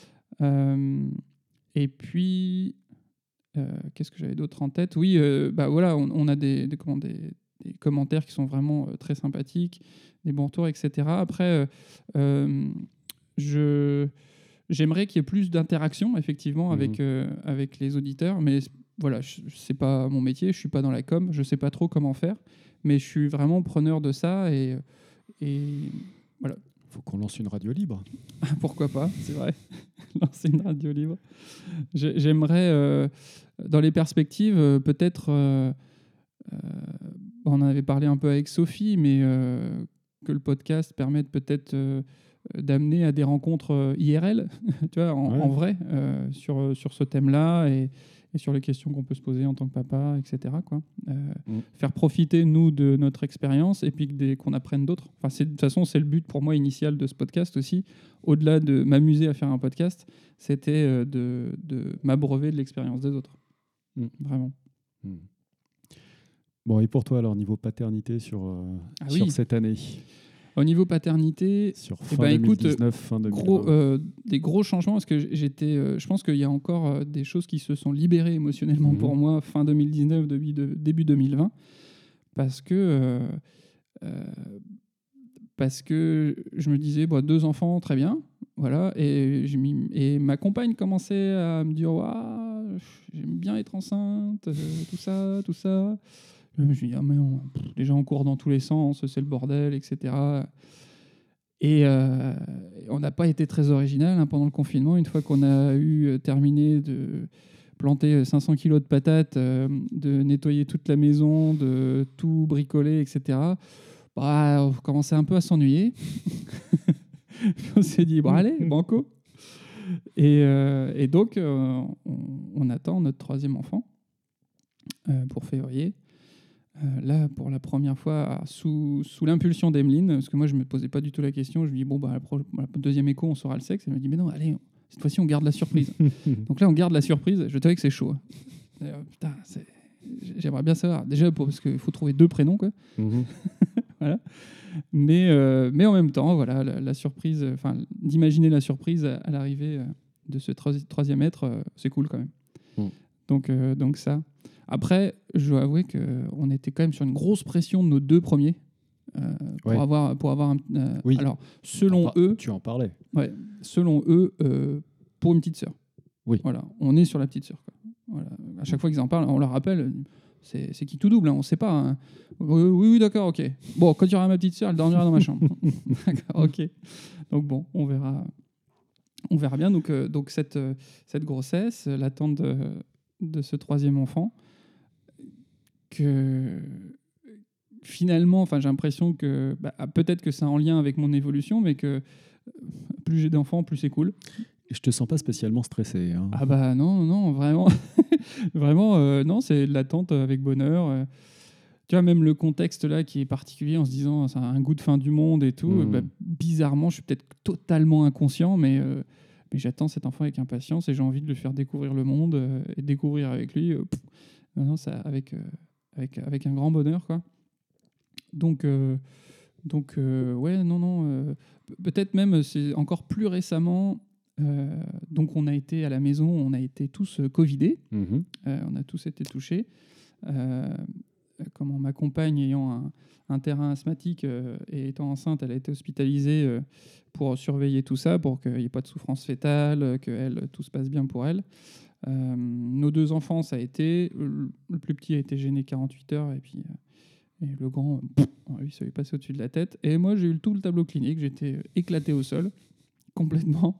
Euh, et puis, euh, qu'est-ce que j'avais d'autre en tête? Oui, euh, bah voilà, on, on a des, des, comment, des, des commentaires qui sont vraiment euh, très sympathiques, des bons retours, et cetera. Après, euh, euh, je J'aimerais qu'il y ait plus d'interaction, effectivement,
Mhm.
avec, euh, avec les auditeurs, mais voilà, je- c'est pas mon métier, je suis pas dans la com, je sais pas trop comment faire, mais je suis vraiment preneur de ça et, et voilà,
Faut qu'on lance une radio libre.
pourquoi pas, c'est vrai, lancer une radio libre. J'ai- J'aimerais, euh, dans les perspectives, euh, peut-être, euh, euh, on en avait parlé un peu avec Sophie, mais euh, que le podcast permette peut-être euh, d'amener à des rencontres euh, I R L, tu vois, en,
Ouais.
en vrai, euh, sur, sur ce thème-là et, et sur les questions qu'on peut se poser en tant que papa, et cetera, quoi. Euh,
Mm.
Faire profiter, nous, de notre expérience et puis que des- qu'on apprenne d'autres. Enfin, c'est- de toute façon, c'est le but pour moi initial de ce podcast aussi. Au-delà de m'amuser à faire un podcast, c'était euh, de, de m'abreuver de l'expérience des autres.
Mm.
Vraiment.
Mm. Bon, et pour toi, alors, niveau paternité sur, euh,
Ah
sur
oui.
cette année,
Au niveau paternité,
sur
Eh
fin
ben, écoute,
deux mille dix-neuf, fin deux mille vingt.
gros, euh, des gros changements parce que j'étais, euh, je pense qu'il y a encore euh, des choses qui se sont libérées émotionnellement
Mhm.
pour moi fin deux mille dix-neuf, début, de- début deux mille vingt, parce que euh, euh, parce que je me disais bon, deux enfants très bien, voilà, et, je m'y- et ma compagne commençait à me dire Ouah, j'aime bien être enceinte, euh, tout ça, tout ça. Je me suis dit ah mais on- pff, déjà on court dans tous les sens, c'est le bordel, et cetera. Et euh, on n'a pas été très original hein, pendant le confinement. Une fois qu'on a eu euh, terminé de planter cinq cents kilos de patates, euh, de nettoyer toute la maison, de tout bricoler, et cetera, bah, on commençait un peu à s'ennuyer. Puis on s'est dit, bon, allez, banco. Et, euh, et donc, euh, on, on attend notre troisième enfant euh, pour février. Euh, là, pour la première fois, sous, sous l'impulsion d'Emeline, parce que moi, je ne me posais pas du tout la question. Je me dis, bon, bah, la, pro- la deuxième écho, on saura le sexe. Elle me dit, mais non, allez, cette fois-ci, on garde la surprise. Donc là, on garde la surprise. Je savais que c'est chaud. D'ailleurs, putain, c'est- j'aimerais bien savoir. Déjà, pour, parce qu'il faut trouver deux prénoms, quoi.
Mhm.
Voilà. Mais, euh, mais en même temps, voilà, la, la surprise, enfin, d'imaginer la surprise à, à l'arrivée euh, de ce troisi- troisième être, euh, c'est cool quand même.
Mm.
Donc, euh, donc ça. Après, je dois avouer qu'on était quand même sur une grosse pression de nos deux premiers euh, pour,
Ouais.
avoir, pour avoir un. euh,
Oui.
Alors, selon
T'en par-
eux,
Tu en parlais.
ouais, selon eux, euh, pour une petite sœur.
Oui.
Voilà, on est sur la petite sœur. Quoi. Voilà. À chaque fois qu'ils en parlent, on leur rappelle, c'est, c'est qui tout double, hein, on ne sait pas. Hein. Oui, oui, oui, d'accord, ok. Bon, quand il y aura ma petite sœur, elle dormira dans ma chambre. D'accord, ok. Donc bon, on verra, on verra bien. Donc, euh, donc cette, euh, cette grossesse, l'attente de, de ce troisième enfant, que finalement, enfin, j'ai l'impression que bah, peut-être que c'est en lien avec mon évolution, mais que plus j'ai d'enfants, plus c'est cool.
Et je te sens pas spécialement stressé. Hein.
Ah bah non, non, vraiment, vraiment, euh, non, c'est de l'attente avec bonheur. Euh. Tu vois, même le contexte là qui est particulier en se disant ça a un goût de fin du monde et tout,
Mmh.
bah, bizarrement, je suis peut-être totalement inconscient, mais, euh, mais j'attends cet enfant avec impatience et j'ai envie de le faire découvrir le monde euh, et découvrir avec lui, euh, pff, non, ça, avec, euh, avec, avec un grand bonheur, quoi. Donc, euh, donc euh, ouais, non, non, euh, peut-être même, c'est encore plus récemment. Euh, donc on a été à la maison, on a été tous euh, covidés,
Mmh.
euh, on a tous été touchés. Euh, comment ma compagne ayant un, un terrain asthmatique euh, et étant enceinte, elle a été hospitalisée euh, pour surveiller tout ça, pour qu'il n'y ait pas de souffrance fétale, que elle, tout se passe bien pour elle. Euh, nos deux enfants, ça a été, le, le plus petit a été gêné quarante-huit heures et puis euh, et le grand, pff, lui, ça lui est passé au-dessus de la tête. Et moi, j'ai eu tout le tableau clinique, j'étais éclaté au sol. Complètement.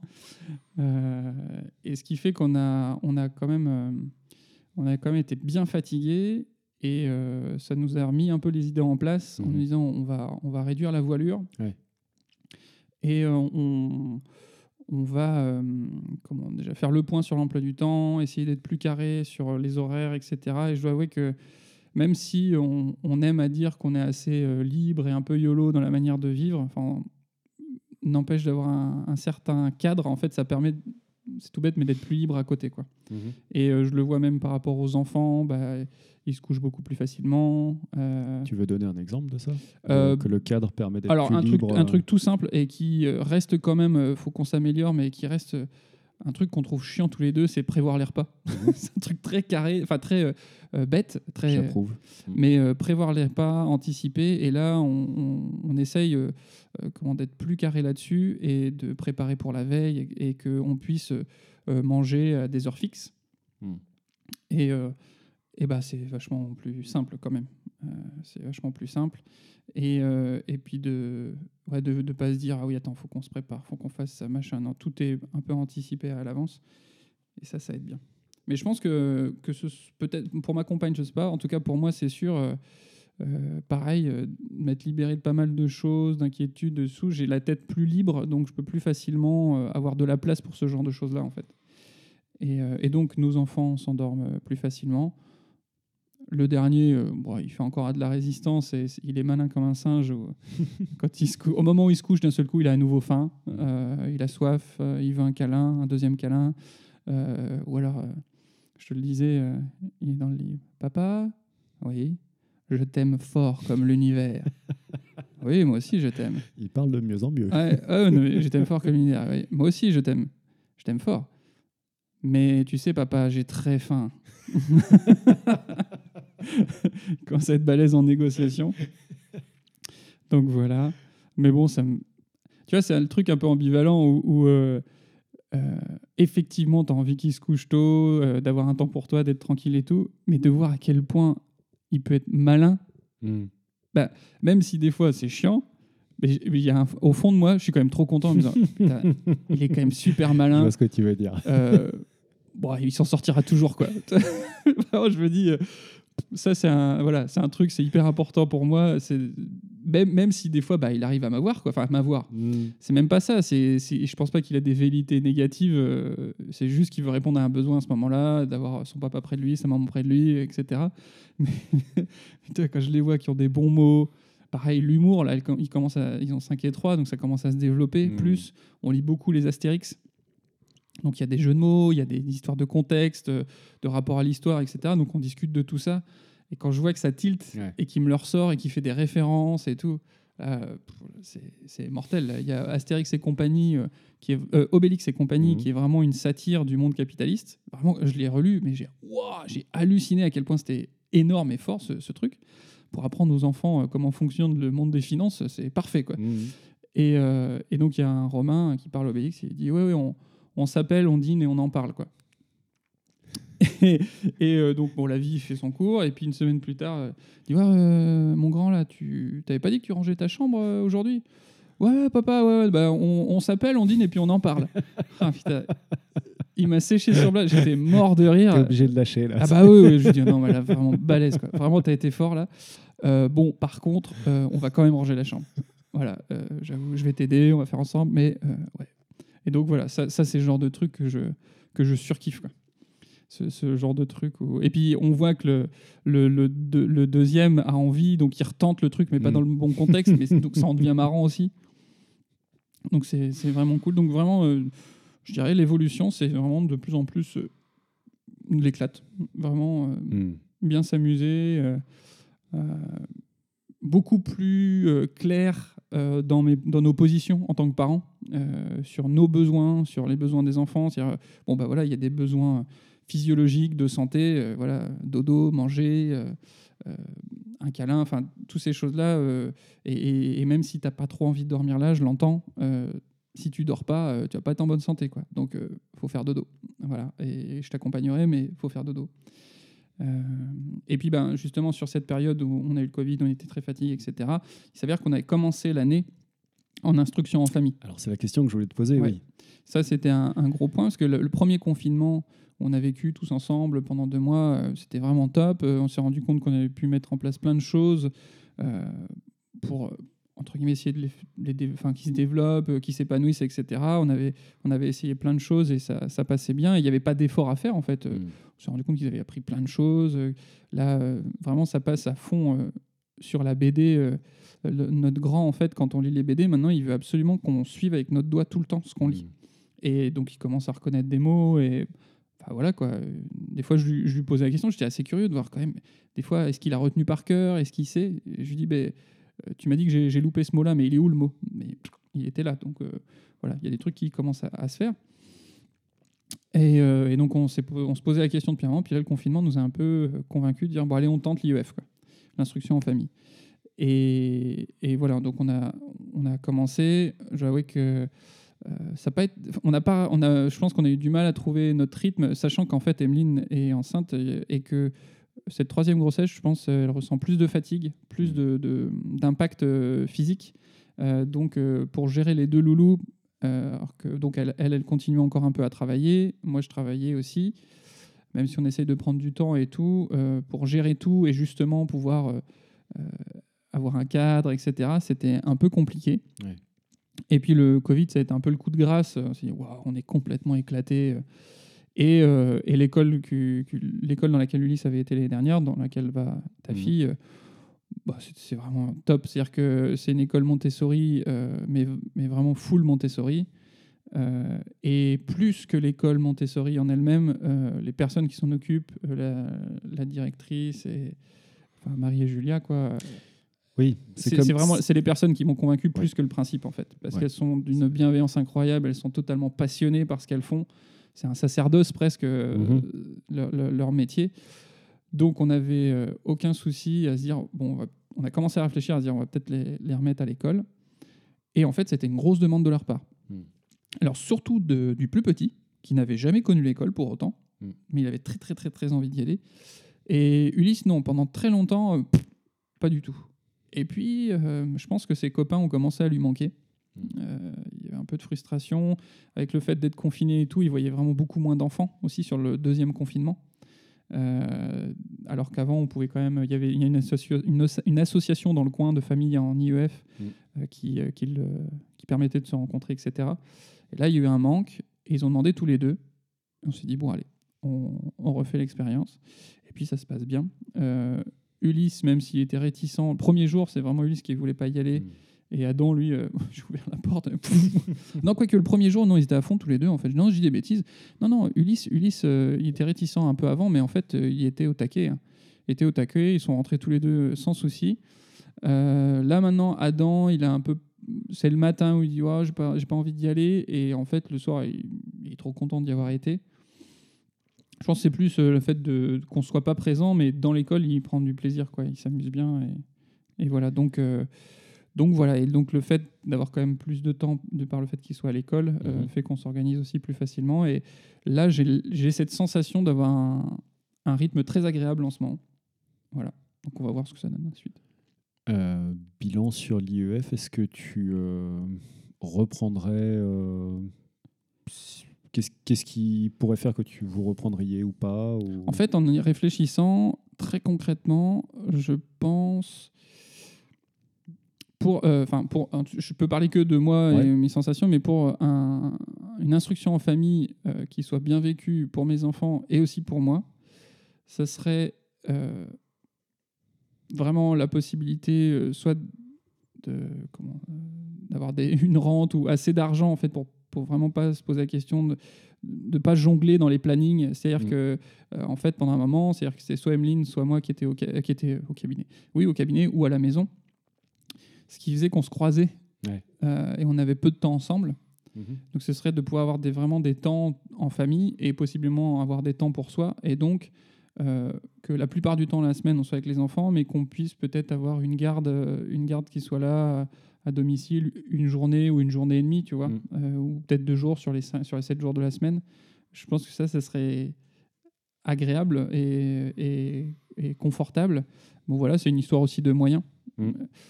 Euh, et ce qui fait qu'on a, on a, quand même, euh, on a quand même été bien fatigués et euh, ça nous a remis un peu les idées en place mmh. en nous disant on va, on va réduire la voilure
ouais.
et euh, on, on va euh, comment, déjà faire le point sur l'emploi du temps, essayer d'être plus carré sur les horaires, et cetera. Et je dois avouer que même si on, on aime à dire qu'on est assez euh, libre et un peu YOLO dans la manière de vivre, enfin, n'empêche d'avoir un, un certain cadre, en fait, ça permet, c'est tout bête, mais d'être plus libre à côté, quoi. Mmh. Et euh, je le vois même par rapport aux enfants, bah, ils se couchent beaucoup plus facilement. Euh...
Tu veux donner un exemple de ça
euh,
que le cadre permet d'être
alors,
plus
un
libre.
Alors, un truc tout simple et qui reste quand même, il faut qu'on s'améliore, mais qui reste un truc qu'on trouve chiant tous les deux, c'est prévoir les repas. Mmh. C'est un truc très carré, enfin très euh, bête, très.
J'approuve. Mmh.
Mais euh, prévoir les repas, anticiper, et là, on, on, on essaye euh, comment d'être plus carré là-dessus et de préparer pour la veille et, et qu'on puisse euh, manger à des heures fixes. Mmh. Et, euh, et bah, c'est vachement plus simple quand même. Euh, c'est vachement plus simple. Et, euh, et puis de ne ouais, de, de pas se dire « Ah oui, attends, il faut qu'on se prépare, il faut qu'on fasse ça, machin ». Non, tout est un peu anticipé à l'avance. Et ça, ça aide bien. Mais je pense que, que ce, peut-être pour ma compagne, je ne sais pas. En tout cas, pour moi, c'est sûr. Euh, euh, pareil, euh, m'être libéré de pas mal de choses, d'inquiétudes, de sous. J'ai la tête plus libre, donc je peux plus facilement euh, avoir de la place pour ce genre de choses-là, en fait. Et, euh, et donc, nos enfants s'endorment plus facilement. Le dernier, euh, bon, il fait encore de la résistance et il est malin comme un singe. Quand il se cou- Au moment où il se couche, d'un seul coup, il a à nouveau faim, euh, il a soif, euh, il veut un câlin, un deuxième câlin. Euh, ou alors, euh, je te le disais, euh, il est dans le lit. Papa, oui, je t'aime fort comme l'univers. Oui, moi aussi, je t'aime.
Il parle de mieux en mieux.
Ouais, oh, non, je t'aime fort comme l'univers. Oui. Moi aussi, je t'aime. Je t'aime fort. Mais tu sais, papa, j'ai très faim. Il commence à être balèze en négociation. Donc voilà. Mais bon, ça me... tu vois, c'est un truc un peu ambivalent où, où euh, euh, effectivement, tu as envie qu'il se couche tôt, euh, d'avoir un temps pour toi, d'être tranquille et tout, mais de voir à quel point il peut être malin. Mm. Bah, même si des fois c'est chiant, mais il y a un... au fond de moi, je suis quand même trop content en me disant putain, il est quand même super malin.
Je vois ce que tu veux dire.
Euh, bon, il s'en sortira toujours, quoi. Je me dis, ça, c'est un, voilà, c'est un truc, c'est hyper important pour moi. C'est, même, même si des fois, bah, il arrive à m'avoir, quoi. Enfin, à m'avoir. Mm. C'est même pas ça. C'est, c'est, je pense pas qu'il a des velléités négatives. Euh, c'est juste qu'il veut répondre à un besoin à ce moment-là, d'avoir son papa près de lui, sa maman près de lui, et cetera. Mais putain, quand je les vois qui ont des bons mots. Pareil, l'humour, là, ils, commencent à, ils ont cinq et trois, donc ça commence à se développer. Mm. Plus, on lit beaucoup les Astérix. Donc il y a des jeux de mots, il y a des histoires de contexte, de rapport à l'histoire, et cetera. Donc on discute de tout ça. Et quand je vois que ça tilte ouais. et qu'il me le ressort et qu'il fait des références et tout, euh, c'est, c'est mortel. Il y a Astérix et compagnie, euh, qui est, euh, Obélix et compagnie, mmh. qui est vraiment une satire du monde capitaliste. Vraiment, je l'ai relu, mais j'ai, wow, j'ai halluciné à quel point c'était énorme et fort ce, ce truc. Pour apprendre aux enfants euh, comment fonctionne le monde des finances, c'est parfait, quoi. Mmh. Et, euh, et donc, il y a un Romain qui parle Obélix, et il dit « Ouais, ouais, on, on s'appelle, on dîne et on en parle, quoi. » Et, et euh, donc, bon, la vie fait son cours, et puis une semaine plus tard, euh, il dit « Ouais, euh, mon grand, là, tu t'avais pas dit que tu rangeais ta chambre euh, aujourd'hui ?»« Ouais, papa, ouais, ouais, bah, on, on s'appelle, on dîne, et puis on en parle. » Ah, putain. Il m'a séché sur blague, j'étais mort de rire.
T'es obligé de lâcher, là.
Ah bah oui, oui, je lui dis non, mais là, vraiment balèze, quoi. Vraiment, t'as été fort, là. Euh, bon, par contre, euh, on va quand même ranger la chambre. Voilà, euh, j'avoue, je vais t'aider, on va faire ensemble, mais euh, ouais. Et donc voilà, ça, ça c'est le genre de truc que je, que je surkiffe, quoi. Ce, ce genre de truc. Où... Et puis on voit que le, le, le, de, le deuxième a envie, donc il retente le truc, mais pas
Mm.
dans le bon contexte, mais donc ça en devient marrant aussi. Donc c'est, c'est vraiment cool. Donc vraiment, euh, je dirais l'évolution, c'est vraiment de plus en plus euh, l'éclate. Vraiment euh,
Mm.
bien s'amuser. Euh, euh, beaucoup plus euh, clair euh, dans, mes, dans nos positions en tant que parents, euh, sur nos besoins, sur les besoins des enfants. C'est-à-dire, bon, bah voilà, il y a des besoins physiologiques, de santé, euh, voilà, dodo, manger, euh, euh, un câlin, enfin, toutes ces choses-là. Euh, et, et, et même si tu n'as pas trop envie de dormir là, je l'entends, euh, si tu dors pas, euh, tu vas pas être en bonne santé, quoi. Donc, il euh, faut faire dodo. Voilà. Et, et je t'accompagnerai, mais il faut faire dodo. Euh, et puis ben, justement sur cette période où on a eu le Covid, on était très fatigués, et cetera, il s'avère qu'on avait commencé l'année en instruction en famille.
Alors c'est la question que je voulais te poser,
Ouais.
oui.
Ça c'était un, un gros point, parce que le, le premier confinement, on a vécu tous ensemble pendant deux mois, euh, c'était vraiment top. Euh, on s'est rendu compte qu'on avait pu mettre en place plein de choses euh, pour... Euh, entre guillemets, essayer de les, les dé, enfin, qu'ils se développent, euh, qu'ils s'épanouissent, et cetera. On avait, on avait essayé plein de choses et ça, ça passait bien. Il n'y avait pas d'effort à faire, en fait. Mm. On s'est rendu compte qu'ils avaient appris plein de choses. Là, euh, vraiment, ça passe à fond euh, sur la B D. Euh, le, notre grand, en fait, quand on lit les B D, maintenant, il veut absolument qu'on suive avec notre doigt tout le temps ce qu'on mm. lit. Et donc, il commence à reconnaître des mots et... Enfin, voilà, quoi. Des fois, je lui, je lui posais la question. J'étais assez curieux de voir quand même... Des fois, est-ce qu'il a retenu par cœur? Est-ce qu'il sait? Et je lui dis... Ben, tu m'as dit que j'ai, j'ai loupé ce mot-là, mais il est où le mot? Mais pff, il était là. Donc euh, voilà, il y a des trucs qui commencent à, à se faire. Et, euh, et donc on, s'est, on se posait la question depuis un moment. Puis là, le confinement nous a un peu convaincus de dire bon, allez, on tente l'I E F, quoi, l'instruction en famille. Et, et voilà, donc on a, on a commencé. J'avoue que euh, ça pas être, on a pas, on a, je pense qu'on a eu du mal à trouver notre rythme, sachant qu'en fait, Emeline est enceinte et que cette troisième grossesse, je pense, elle ressent plus de fatigue, plus de, de, d'impact physique. Euh, donc, euh, pour gérer les deux loulous, euh, alors que donc elle, elle, elle continue encore un peu à travailler. Moi, je travaillais aussi, même si on essaye de prendre du temps et tout, euh, pour gérer tout et justement pouvoir euh, euh, avoir un cadre, et cetera. C'était un peu compliqué. Ouais. Et puis le Covid, ça a été un peu le coup de grâce. On s'est dit, waouh, on est complètement éclaté. Et, euh, et l'école, que, que, l'école dans laquelle Ulysse avait été l'année dernière, dans laquelle va ta mmh. fille, euh, bah, c'est, c'est vraiment top. C'est-à-dire que c'est une école Montessori, euh, mais, mais vraiment full Montessori. Euh, et plus que l'école Montessori en elle-même, euh, les personnes qui s'en occupent, euh, la, la directrice, et, enfin, Marie et Julia, quoi.
Oui,
c'est, c'est, comme... c'est vraiment c'est les personnes qui m'ont convaincu plus ouais. que le principe, en fait. Parce ouais. qu'elles sont d'une bienveillance incroyable, elles sont totalement passionnées par ce qu'elles font. C'est un sacerdoce presque, euh, mmh. leur, leur, leur métier. Donc on n'avait euh, aucun souci à se dire, bon, on, va, on a commencé à réfléchir, à se dire, on va peut-être les, les remettre à l'école. Et en fait, c'était une grosse demande de leur part. Mmh. Alors surtout de, du plus petit, qui n'avait jamais connu l'école pour autant, mmh. mais il avait très très très très envie d'y aller. Et Ulysse, non, pendant très longtemps, euh, pff, pas du tout. Et puis, euh, je pense que ses copains ont commencé à lui manquer. Euh, il y avait un peu de frustration avec le fait d'être confiné et tout. Il voyait vraiment beaucoup moins d'enfants aussi sur le deuxième confinement. Euh, alors qu'avant, on pouvait quand même. Il y avait il y a une, associa- une, une association dans le coin de familles en I E F mmh. euh, qui, euh, qui, le, qui permettait de se rencontrer, et cetera. Et là, il y a eu un manque et ils ont demandé tous les deux. Et on s'est dit bon, allez, on, on refait l'expérience. Et puis ça se passe bien. Euh, Ulysse, même s'il était réticent, le premier jour, c'est vraiment Ulysse qui ne voulait pas y aller. Mmh. Et Adam, lui, euh, j'ai ouvert la porte. Non, quoique le premier jour, non, ils étaient à fond tous les deux. En fait, non, je dis des bêtises. Non, non, Ulysse, Ulysse, euh, il était réticent un peu avant, mais en fait, euh, il était au taquet. Hein. Il était au taquet. Ils sont rentrés tous les deux sans souci. Euh, là maintenant, Adam, il a un peu. C'est le matin où il dit, oh, j'ai pas, j'ai pas envie d'y aller. Et en fait, le soir, il, il est trop content d'y avoir été. Je pense que c'est plus euh, le fait de qu'on soit pas présent, mais dans l'école, il prend du plaisir, quoi. Il s'amuse bien et, et voilà. Donc. Euh, donc voilà, et donc le fait d'avoir quand même plus de temps de par le fait qu'il soit à l'école euh,
Mhm.
fait qu'on s'organise aussi plus facilement. Et là, j'ai, j'ai cette sensation d'avoir un, un rythme très agréable en ce moment. Voilà, donc on va voir ce que ça donne ensuite.
Euh, bilan sur l'I E F, est-ce que tu euh, reprendrais euh, qu'est-ce, qu'est-ce qui pourrait faire que tu vous reprendriez ou pas ou...
En fait, en y réfléchissant très concrètement, je pense pour, euh, enfin pour, je peux parler que de moi
Ouais.
et mes sensations, mais pour un, une instruction en famille euh, qui soit bien vécue pour mes enfants et aussi pour moi, ça serait euh, vraiment la possibilité, euh, soit de comment euh, d'avoir des, une rente ou assez d'argent en fait pour pour vraiment pas se poser la question de de pas jongler dans les plannings. C'est-à-dire
Mmh.
que euh, en fait pendant un moment, c'est-à-dire que c'est soit Emeline, soit moi qui était au, ca- qui était au cabinet, oui au cabinet ou à la maison, ce qui faisait qu'on se croisait
Ouais.
euh, et on avait peu de temps ensemble.
Mhm.
Donc ce serait de pouvoir avoir des, vraiment des temps en famille et possiblement avoir des temps pour soi. Et donc euh, que la plupart du temps la semaine on soit avec les enfants, mais qu'on puisse peut-être avoir une garde, euh, une garde qui soit là à, à domicile une journée ou une journée et demie, tu vois,
Mm.
euh, ou peut-être deux jours sur les, cinq, sur les sept jours de la semaine. Je pense que ça, ça serait agréable et, et, et confortable. Bon voilà, c'est une histoire aussi de moyens.
Mm.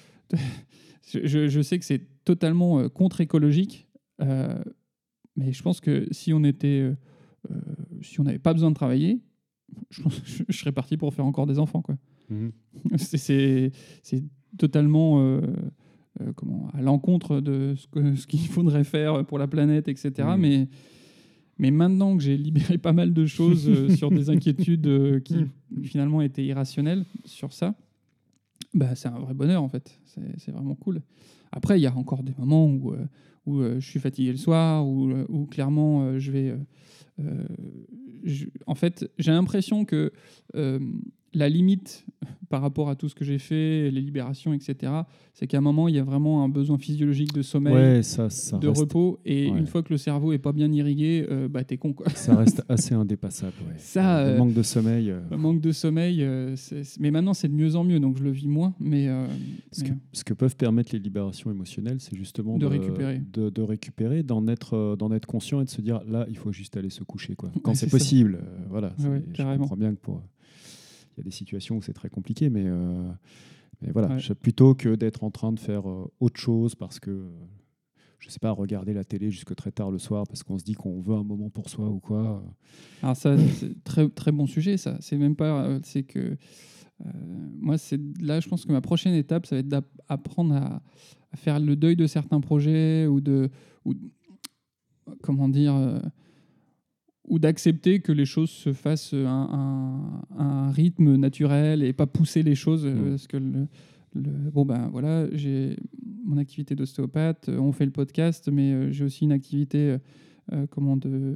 je, je sais que c'est totalement euh, contre-écologique. Euh, mais je pense que si on était, euh, euh, si on n'avait pas besoin de travailler, je, pense que je, je serais parti pour faire encore des enfants, quoi.
Mhm.
c'est, c'est, c'est totalement euh, euh, comment, à l'encontre de ce, que, ce qu'il faudrait faire pour la planète, et cetera.
Mhm.
Mais, mais maintenant que j'ai libéré pas mal de choses euh, sur des inquiétudes euh, qui finalement étaient irrationnelles sur ça, bah, c'est un vrai bonheur en fait. C'est, c'est vraiment cool. Après, il y a encore des moments où, euh, où euh, je suis fatigué le soir, où, euh, où clairement euh, je vais. euh, euh, je- en fait, j'ai l'impression que euh, la limite par rapport à tout ce que j'ai fait, les libérations, et cetera, c'est qu'à un moment, il y a vraiment un besoin physiologique de sommeil,
Ouais, ça, ça
de
reste,
repos. Et
ouais.
une fois que le cerveau est pas bien irrigué, euh, bah, t'es con, quoi.
ça reste assez indépassable. Ouais.
Ça,
Le
euh,
manque de sommeil. euh,
Le manque de sommeil, euh, c'est- c'est- mais maintenant c'est de mieux en mieux, donc je le vis moins. Mais, euh,
Ce
mais,
que, ce que peuvent permettre les libérations émotionnelles, c'est justement
De récupérer.
de, de récupérer, d'en être, euh, d'en être conscient et de se dire là, il faut juste aller se coucher. Quoi. Quand
Ouais,
c'est
c'est ça.
possible, euh, voilà. c'est-
ouais,
je
carrément.
comprends bien que pour. Il y a des situations où c'est très compliqué, mais, euh, mais voilà.
Ouais.
je- Plutôt que d'être en train de faire euh, autre chose parce que. euh, je sais pas, regarder la télé jusque très tard le soir parce qu'on se dit qu'on veut un moment pour soi ou quoi.
Alors ça, c'est très très bon sujet. Ça, c'est même pas, euh, c'est que euh, moi, c'est là, je pense que ma prochaine étape, ça va être d'apprendre à, à faire le deuil de certains projets ou de, ou comment dire, euh, ou d'accepter que les choses se fassent à un, à un rythme naturel et pas pousser les choses, euh,
Mm.
parce que le, le- bon ben voilà, j'ai mon activité d'ostéopathe, euh, on fait le podcast, mais euh, j'ai aussi une activité euh, comment de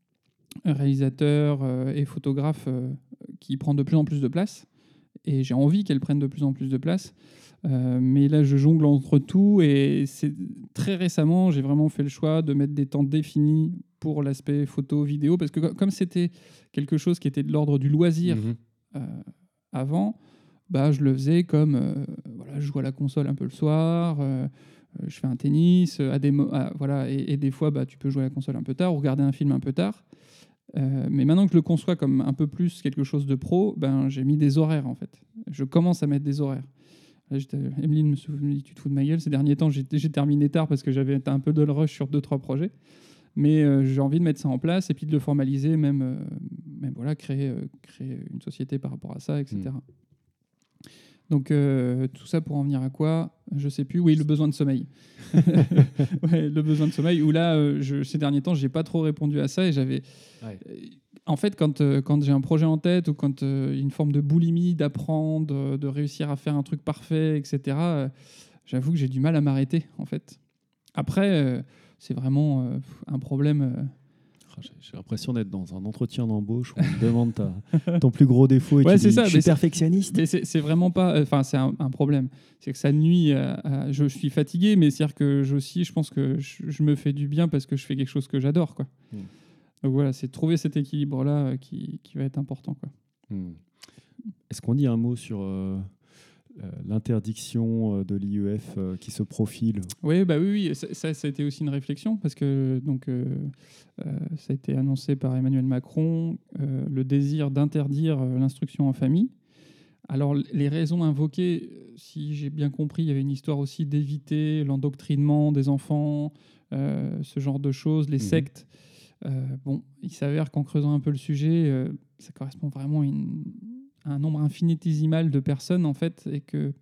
réalisateur euh, et photographe euh, qui prend de plus en plus de place, et j'ai envie qu'elle prenne de plus en plus de place. Euh, mais là, je jongle entre tout, et c'est très récemment, j'ai vraiment fait le choix de mettre des temps définis pour l'aspect photo, vidéo, parce que co- comme c'était quelque chose qui était de l'ordre du loisir
Mhm.
euh, avant, bah, je le faisais comme euh, voilà, je joue à la console un peu le soir, euh, euh, je fais un tennis, euh, à des mo- à- voilà, et, et des fois, bah, tu peux jouer à la console un peu tard ou regarder un film un peu tard. Euh, mais maintenant que je le conçois comme un peu plus quelque chose de pro, ben, j'ai mis des horaires en fait. Je commence à mettre des horaires. Là, j'étais- Emeline me sou- me dit tu te fous de ma gueule. Ces derniers temps, j'ai j'ai terminé tard parce que j'avais été un peu de le rush sur deux trois projets. Mais euh, j'ai envie de mettre ça en place et puis de le formaliser, même, euh, même voilà, créer, euh, créer une société par rapport à ça, et cetera. Donc euh, tout ça pour en venir à quoi? Je sais plus. Oui, le besoin de sommeil. Ouais, le besoin de sommeil. Où là, euh, je, ces derniers temps, j'ai pas trop répondu à ça et j'avais.
Ouais.
Euh, En fait, quand, euh, quand j'ai un projet en tête ou quand euh, il y a une forme de boulimie d'apprendre, euh, de réussir à faire un truc parfait, et cetera, euh, j'avoue que j'ai du mal à m'arrêter, en fait. Après, euh, c'est vraiment euh, un problème. euh,
Ah, J'ai j'ai l'impression d'être dans un entretien d'embauche où on te demande ta- ton plus gros défaut et
Ouais,
tu
c'est
dis
ça,
je
mais
suis
c'est-
perfectionniste.
Mais c'est c'est vraiment pas. Enfin, c'est un, un problème. C'est que ça nuit. À, à- je, je suis fatigué, mais c'est-à-dire que je aussi, je pense que je, je me fais du bien parce que je fais quelque chose que j'adore, quoi.
Mm.
Donc voilà, c'est trouver cet équilibre-là euh, qui, qui va être important, quoi.
Hmm. Est-ce qu'on dit un mot sur euh, l'interdiction de l'I E F qui se profile.
Oui, bah oui, oui. Ça, ça, ça a été aussi une réflexion parce que donc, euh, euh, ça a été annoncé par Emmanuel Macron, euh, le désir d'interdire euh, l'instruction en famille. Alors, les raisons invoquées, si j'ai bien compris, il y avait une histoire aussi d'éviter l'endoctrinement des enfants, euh, ce genre de choses, les mmh. sectes. Euh, bon, il s'avère qu'en creusant un peu le sujet, euh, ça correspond vraiment à, une, à un nombre infinitésimal de personnes, en fait, et que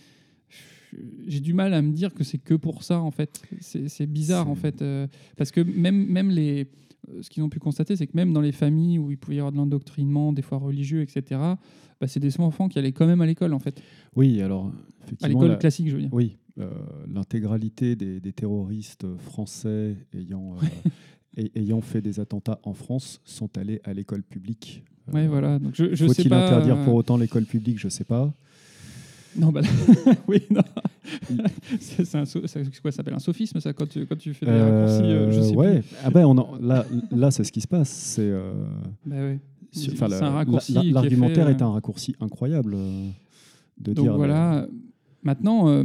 j'ai du mal à me dire que c'est que pour ça, en fait. C'est, c'est bizarre, c'est... en fait, euh, parce que même, même les... ce qu'ils ont pu constater, c'est que même dans les familles où il pouvait y avoir de l'endoctrinement, des fois religieux, et cetera, bah, c'est des enfants qui allaient quand même à l'école, en fait.
Oui, alors, effectivement...
À l'école
la...
classique, je veux dire.
Oui, euh, l'intégralité des, des terroristes français ayant, euh, et, ayant fait des attentats en France sont allés à l'école publique.
Euh, oui, voilà. Donc je, je
faut-il
sais pas...
interdire pour autant l'école publique? Je ne sais pas.
Non, bah... oui, non. c'est, c'est, un, c'est quoi ça s'appelle un sophisme, ça, quand tu, quand tu fais des
euh,
raccourcis euh, je sais
ouais.
plus.
Ah ben, on en, là, là, c'est ce qui se passe. C'est, euh,
bah ouais.
sur, c'est
la, un raccourci.
La, l'argumentaire
est,
fait, est un raccourci incroyable. Euh, de
donc
dire
voilà.
Le...
Maintenant, euh,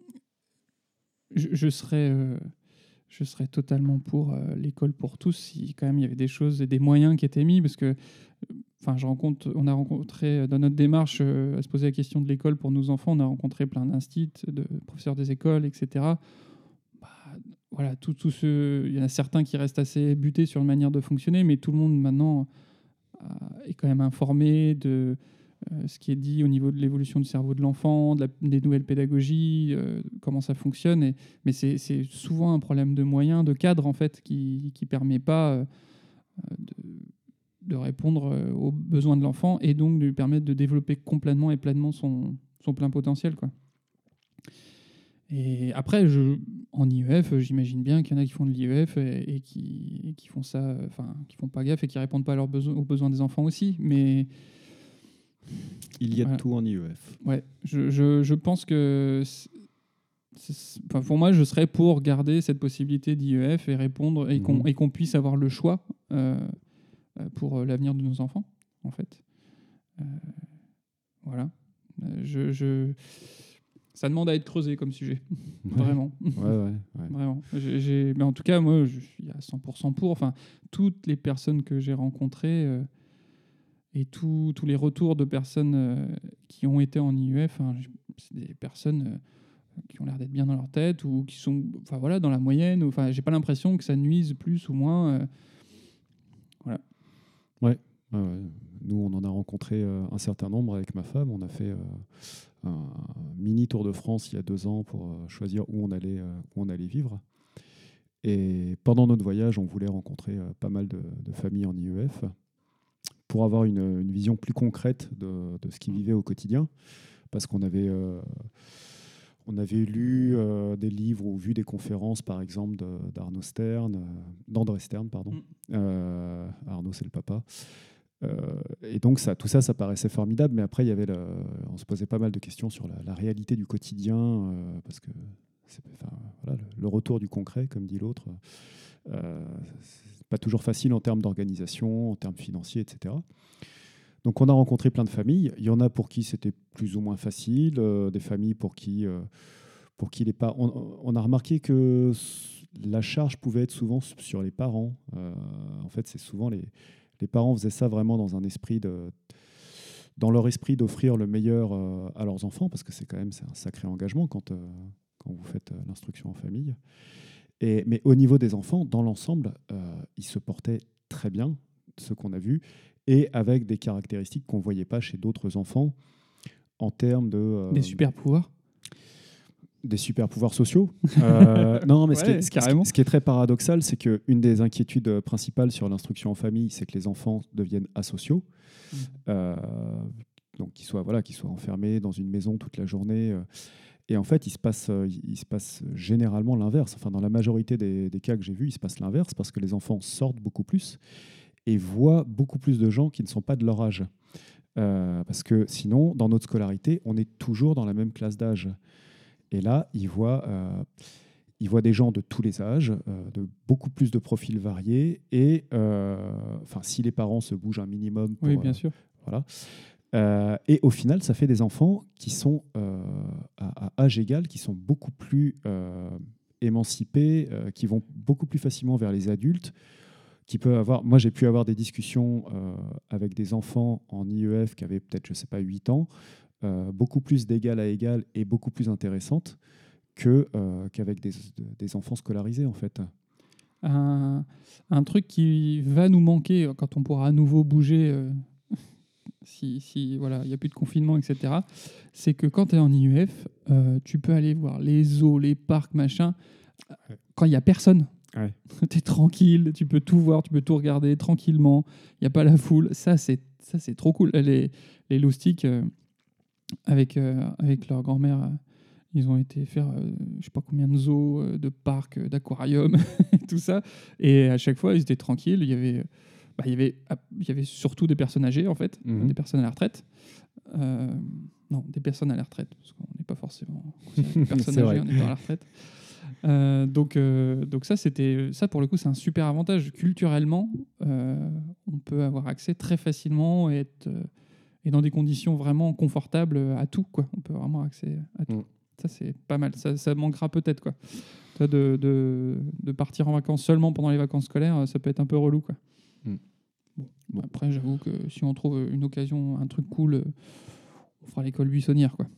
je, je, serais, euh, je serais totalement pour euh, l'école pour tous si quand même il y avait des choses et des moyens qui étaient mis, parce que enfin, je rencontre, on a rencontré dans notre démarche euh, à se poser la question de l'école pour nos enfants, on a rencontré plein d'instits, de professeurs des écoles, et cetera. Bah, voilà, tout, tout ce, il y en a certains qui restent assez butés sur une manière de fonctionner, mais tout le monde maintenant euh, est quand même informé de euh, ce qui est dit au niveau de l'évolution du cerveau de l'enfant, de la, des nouvelles pédagogies, euh, comment ça fonctionne. Et, mais c'est, c'est souvent un problème de moyens, de cadre en fait, qui ne permet pas euh, de de répondre aux besoins de l'enfant et donc de lui permettre de développer complètement et pleinement son, son plein potentiel, quoi. Et après, je, en I E F, j'imagine bien qu'il y en a qui font de l'I E F et, et, qui, et qui font ça, enfin, qui font pas gaffe et qui répondent pas à leurs besoins, aux besoins des enfants aussi. Mais
il y a voilà. de tout en I E F.
Ouais, je, je, je pense que, c'est, c'est, enfin, pour moi, je serais pour garder cette possibilité d'I E F et répondre et, mmh. qu'on, et qu'on puisse avoir le choix. Euh, pour l'avenir de nos enfants, en fait. Euh, voilà. Je, je... Ça demande à être creusé comme sujet.
Ouais.
Vraiment.
Ouais, ouais, ouais.
Vraiment. J'ai, j'ai... Mais en tout cas, moi, je suis à cent pour cent pour. Enfin, toutes les personnes que j'ai rencontrées euh, et tous les retours de personnes euh, qui ont été en I E F, hein, c'est des personnes euh, qui ont l'air d'être bien dans leur tête ou qui sont enfin, voilà, dans la moyenne. Enfin, j'ai pas l'impression que ça nuise plus ou moins. Euh, voilà.
Ouais, ouais, ouais. Nous, on en a rencontré euh, un certain nombre avec ma femme. On a fait euh, un mini tour de France il y a deux ans pour euh, choisir où on allait, euh, où on allait vivre. Et pendant notre voyage, on voulait rencontrer euh, pas mal de, de familles en I E F pour avoir une, une vision plus concrète de, de ce qu'ils vivaient au quotidien. Parce qu'on avait... Euh, On avait lu euh, des livres ou vu des conférences, par exemple, de, d'Arnaud Stern, euh, d'André Stern, pardon. Mm. Euh, Arnaud, c'est le papa. Euh, et donc, ça, tout ça, ça paraissait formidable. Mais après, il y avait le, on se posait pas mal de questions sur la, la réalité du quotidien, euh, parce que c'est, enfin, voilà, le, le retour du concret, comme dit l'autre, euh, c'est pas toujours facile en termes d'organisation, en termes financiers, et cetera. Donc, on a rencontré plein de familles. Il y en a pour qui c'était plus ou moins facile, euh, des familles pour qui, euh, pour qui les parents... On, on a remarqué que la charge pouvait être souvent sur les parents. Euh, en fait, c'est souvent les, les parents faisaient ça vraiment dans un esprit de, dans leur esprit d'offrir le meilleur euh, à leurs enfants, parce que c'est quand même c'est un sacré engagement quand, euh, quand vous faites euh, l'instruction en famille. Et, mais au niveau des enfants, dans l'ensemble, euh, ils se portaient très bien, ce qu'on a vu, et avec des caractéristiques qu'on ne voyait pas chez d'autres enfants en termes de... Euh,
des super pouvoirs
Des super pouvoirs sociaux. Euh, non, mais
ouais,
ce, qui est, ce,
carrément.
ce qui est très paradoxal, c'est qu'une des inquiétudes principales sur l'instruction en famille, c'est que les enfants deviennent asociaux. Mmh. Euh, donc, qu'ils soient, voilà, qu'ils soient enfermés dans une maison toute la journée. Euh, et en fait, il se passe, euh, il se passe généralement l'inverse. Enfin, dans la majorité des, des cas que j'ai vus, il se passe l'inverse parce que les enfants sortent beaucoup plus et voient beaucoup plus de gens qui ne sont pas de leur âge. Euh, parce que sinon, dans notre scolarité, on est toujours dans la même classe d'âge. Et là, ils voient, euh, ils voient des gens de tous les âges, euh, de beaucoup plus de profils variés. Et euh, si les parents se bougent un minimum, pour,
oui, bien sûr.
Euh, voilà, Euh, et au final, ça fait des enfants qui sont euh, à, à âge égal, qui sont beaucoup plus euh, émancipés, euh, qui vont beaucoup plus facilement vers les adultes, qui peuvent avoir... Moi, j'ai pu avoir des discussions euh, avec des enfants en I E F qui avaient peut-être, je ne sais pas, huit ans, euh, beaucoup plus d'égal à égal et beaucoup plus intéressantes que, euh, qu'avec des, des enfants scolarisés, en fait.
Un, un truc qui va nous manquer quand on pourra à nouveau bouger, euh, si, si voilà, il n'y a plus de confinement, et cetera, c'est que quand tu es en I E F, euh, tu peux aller voir les zoos, les parcs, machin, quand il n'y a personne.
Ouais.
Tu es tranquille, tu peux tout voir, tu peux tout regarder tranquillement, il n'y a pas la foule. Ça, c'est, ça, c'est trop cool. Les, les loustiques, euh, avec, euh, avec leur grand-mère, euh, ils ont été faire, euh, je sais pas combien de zoos, euh, de parcs, euh, d'aquariums, tout ça. Et à chaque fois, ils étaient tranquilles. Il y avait, bah, il y avait, il y avait surtout des personnes âgées, en fait,
Mhm.
des personnes à la retraite. Euh, non, des personnes à la retraite, parce qu'on n'est pas forcément considéré des personnes
C'est
âgées,
vrai.
on n'est pas à la retraite. Euh, donc, euh, donc ça, c'était, ça, pour le coup, c'est un super avantage. Culturellement, euh, on peut avoir accès très facilement et être euh, et dans des conditions vraiment confortables à tout, quoi. On peut vraiment avoir accès à tout.
Mm.
Ça, c'est pas mal. Ça, ça manquera peut-être, quoi. Toi, de, de, de partir en vacances seulement pendant les vacances scolaires, ça peut être un peu relou, quoi.
Mm.
Bon.
Bon.
Après, j'avoue que si on trouve une occasion, un truc cool, on fera l'école buissonnière, quoi.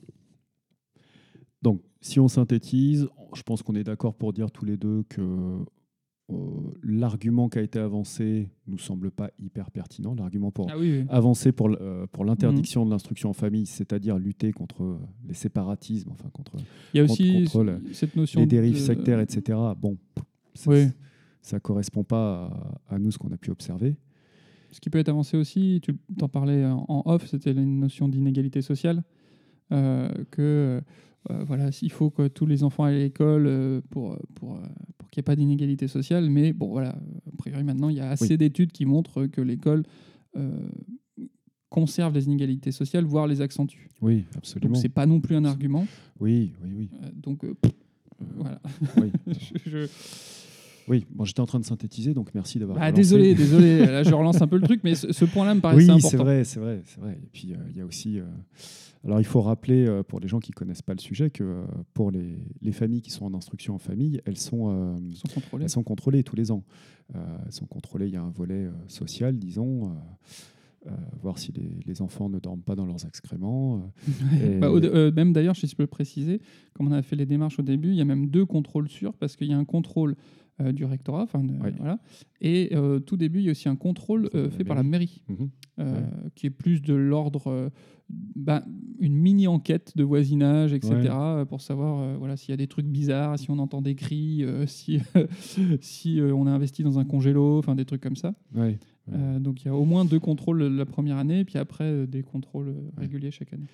Donc, si on synthétise, je pense qu'on est d'accord pour dire tous les deux que euh, l'argument qui a été avancé nous semble pas hyper pertinent. L'argument pour
Ah oui, oui.
avancer pour, l- euh, pour l'interdiction de l'instruction en famille, c'est-à-dire lutter contre euh, les séparatismes, enfin contre
Il y a
contre-
aussi
contre le-
cette notion
les dérives
de...
sectaires, et cetera. Bon, ça,
Oui.
ça correspond pas à, à nous ce qu'on a pu observer.
Ce qui peut être avancé aussi, tu t'en parlais en en off, c'était une notion d'inégalité sociale, euh, que euh, voilà, il faut que tous les enfants aillent à l'école euh, pour, pour, euh, pour qu'il n'y ait pas d'inégalité sociale, mais bon voilà, a priori maintenant il y a assez
Oui.
d'études qui montrent que l'école euh, conserve les inégalités sociales, voire les accentue.
Oui,
Donc
absolument.
c'est pas non plus un argument.
Oui, oui, oui.
Euh, donc euh, pff, euh, voilà.
Oui.
Je- je-
Oui, bon, j'étais en train de synthétiser, donc merci d'avoir.
Bah,
relancé.
désolé, désolé. Là je relance un peu le truc, mais ce, ce point-là me paraissait
Oui,
important.
c'est vrai, c'est vrai, c'est vrai. Et puis euh, il y a aussi. euh, Alors il faut rappeler euh, pour les gens qui connaissent pas le sujet que euh, pour les, les familles qui sont en instruction en famille, elles sont, euh,
Ils sont contrôlés.
elles sont contrôlées tous les ans. Euh, elles sont contrôlées. Il y a un volet euh, social, disons. Euh, euh, voir si les, les enfants ne dorment pas dans leurs excréments. euh, et-
Bah, au- euh, même d'ailleurs, si je peux le préciser, comme on a fait les démarches au début, il y a même deux contrôles sûrs parce qu'il y a un contrôle euh, du rectorat, enfin de-
Ouais.
voilà, et euh, tout début, il y a aussi un contrôle
Contrôle
euh,
de la
fait par la mairie,
Mhm.
euh,
Ouais.
qui est plus de l'ordre, euh, bah, une mini enquête de voisinage, et cetera, euh, pour savoir euh, voilà s'il y a des trucs bizarres, si on entend des cris, euh, si si euh, on a investi dans un congélo, enfin des trucs comme ça.
Ouais. Ouais.
Euh, donc il y a au moins deux contrôles la première année, puis après euh, des contrôles euh,
Ouais.
réguliers chaque année.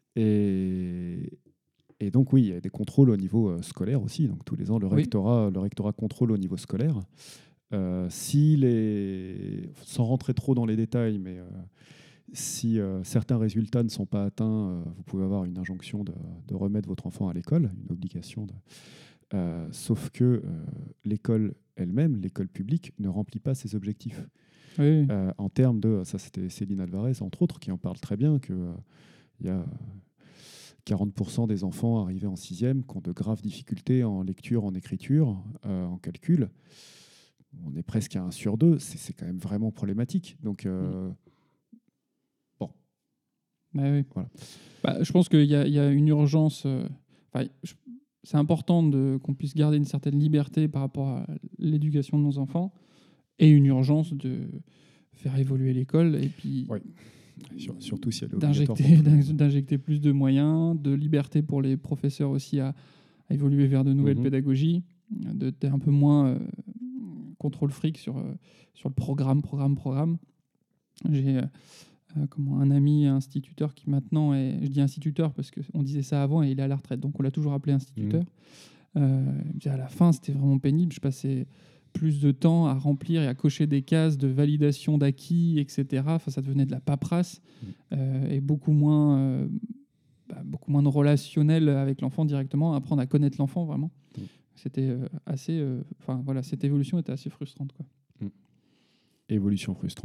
Et, et donc, oui, il y a des contrôles au niveau euh, scolaire aussi. Donc, tous les ans, le
Oui.
rectorat, le rectorat contrôle au niveau scolaire. Euh, si les, sans rentrer trop dans les détails, mais euh, si euh, certains résultats ne sont pas atteints, euh, vous pouvez avoir une injonction de, de remettre votre enfant à l'école, une obligation. De, euh, sauf que euh, l'école elle-même, l'école publique, ne remplit pas ses objectifs.
Oui.
Euh, en termes de, ça c'était Céline Alvarez entre autres qui en parle très bien, qu'il y a quarante pour cent des enfants arrivés en sixième qui ont de graves difficultés en lecture, en écriture, euh, en calcul. On est presque à un sur deux, c'est, c'est quand même vraiment problématique. Donc, euh, bon.
Bah oui.
Voilà.
Bah, je pense qu'il y, a- il y a une urgence. euh, enfin, je- c'est important de, qu'on puisse garder une certaine liberté par rapport à l'éducation de nos enfants et une urgence de faire évoluer l'école et puis
Ouais. Sur- surtout si elle est obligatoire
d'injecter,
pour tout le monde.
d'in- d'injecter plus de moyens, de liberté pour les professeurs aussi à, à évoluer vers de nouvelles
Mhm.
pédagogies, de, d'être un peu moins euh, contrôle fric sur, euh, sur le programme, programme, programme. J'ai euh, euh, comment, un ami instituteur qui maintenant est, je dis instituteur parce qu'on disait ça avant et il est à la retraite, donc on l'a toujours appelé instituteur. Euh, il me disait, à la fin, c'était vraiment pénible. Je passais plus de temps à remplir et à cocher des cases de validation d'acquis, et cetera. Enfin, ça devenait de la paperasse
Mmh.
euh, et beaucoup moins, euh, bah, beaucoup moins de relationnel avec l'enfant directement, apprendre à connaître l'enfant vraiment.
Mmh.
C'était euh, assez, euh, enfin voilà, cette évolution était assez frustrante, quoi.
Évolution frustrante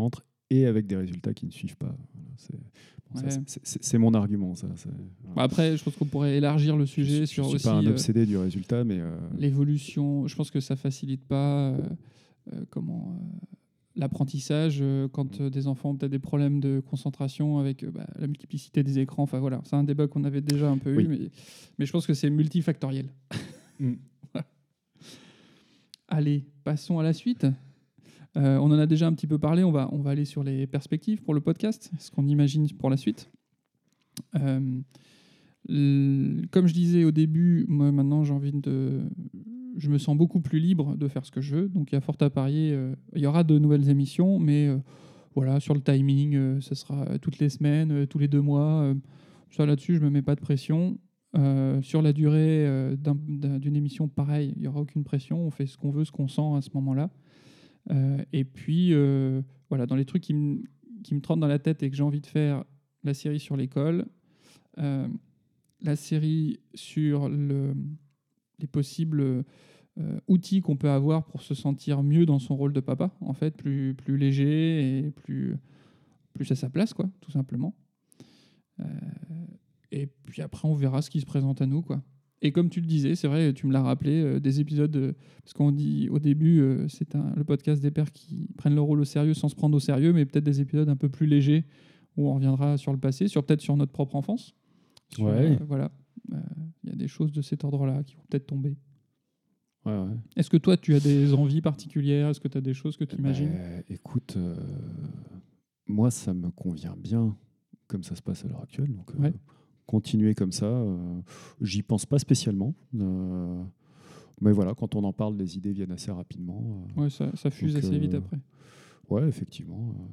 et avec des résultats qui ne suivent pas. Voilà, c'est, bon,
Ouais.
ça, c'est, c'est, c'est mon argument. Ça, c'est, voilà.
Bah après, je pense qu'on pourrait élargir le
je
sujet
ne
sur
suis
aussi
pas un
euh,
obsédé du résultat, mais euh,
l'évolution. Je pense que ça facilite pas euh, euh, comment euh, l'apprentissage euh, quand euh, des enfants ont peut-être des problèmes de concentration avec euh, bah, la multiplicité des écrans. Enfin voilà, c'est un débat qu'on avait déjà un peu
Oui.
eu, mais, mais je pense que c'est multifactoriel.
Mm.
Allez, passons à la suite. Euh, on en a déjà un petit peu parlé, on va, on va aller sur les perspectives pour le podcast, ce qu'on imagine pour la suite. Euh, l- comme je disais au début, moi maintenant j'ai envie de... Je me sens beaucoup plus libre de faire ce que je veux, donc il y a fort à parier, euh, il y aura de nouvelles émissions, mais euh, voilà, sur le timing, euh, ce sera toutes les semaines, euh, tous les deux mois. Euh, ça là-dessus, je ne me mets pas de pression. Euh, sur la durée euh, d'un- d'un- d'une émission, pareil, il n'y aura aucune pression, on fait ce qu'on veut, ce qu'on sent à ce moment-là. Euh, et puis, euh, voilà, dans les trucs qui me qui me trottent dans la tête et que j'ai envie de faire, la série sur l'école, euh, la série sur le, les possibles euh, outils qu'on peut avoir pour se sentir mieux dans son rôle de papa, en fait, plus, plus léger et plus, plus à sa place, quoi, tout simplement. Euh, et puis après, on verra ce qui se présente à nous, quoi. Et comme tu le disais, c'est vrai, tu me l'as rappelé, euh, des épisodes, euh, parce qu'on dit au début, euh, c'est un, le podcast des pères qui prennent leur rôle au sérieux sans se prendre au sérieux, mais peut-être des épisodes un peu plus légers où on reviendra sur le passé, sur peut-être sur notre propre enfance. Sur,
Ouais.
euh, voilà, il y a des choses de cet ordre-là qui vont peut-être tomber.
Ouais, ouais.
Est-ce que toi, tu as des envies particulières? Est-ce que tu as des choses que tu imagines?
Ben, écoute, euh, moi, ça me convient bien comme ça se passe à l'heure actuelle. Donc, euh,
Ouais.
continuer comme ça, euh, j'y pense pas spécialement. Euh, mais voilà, quand on en parle, les idées viennent assez rapidement. euh.
Ouais, ça, ça fuse
Donc,
assez
euh,
vite après.
Ouais, effectivement. euh.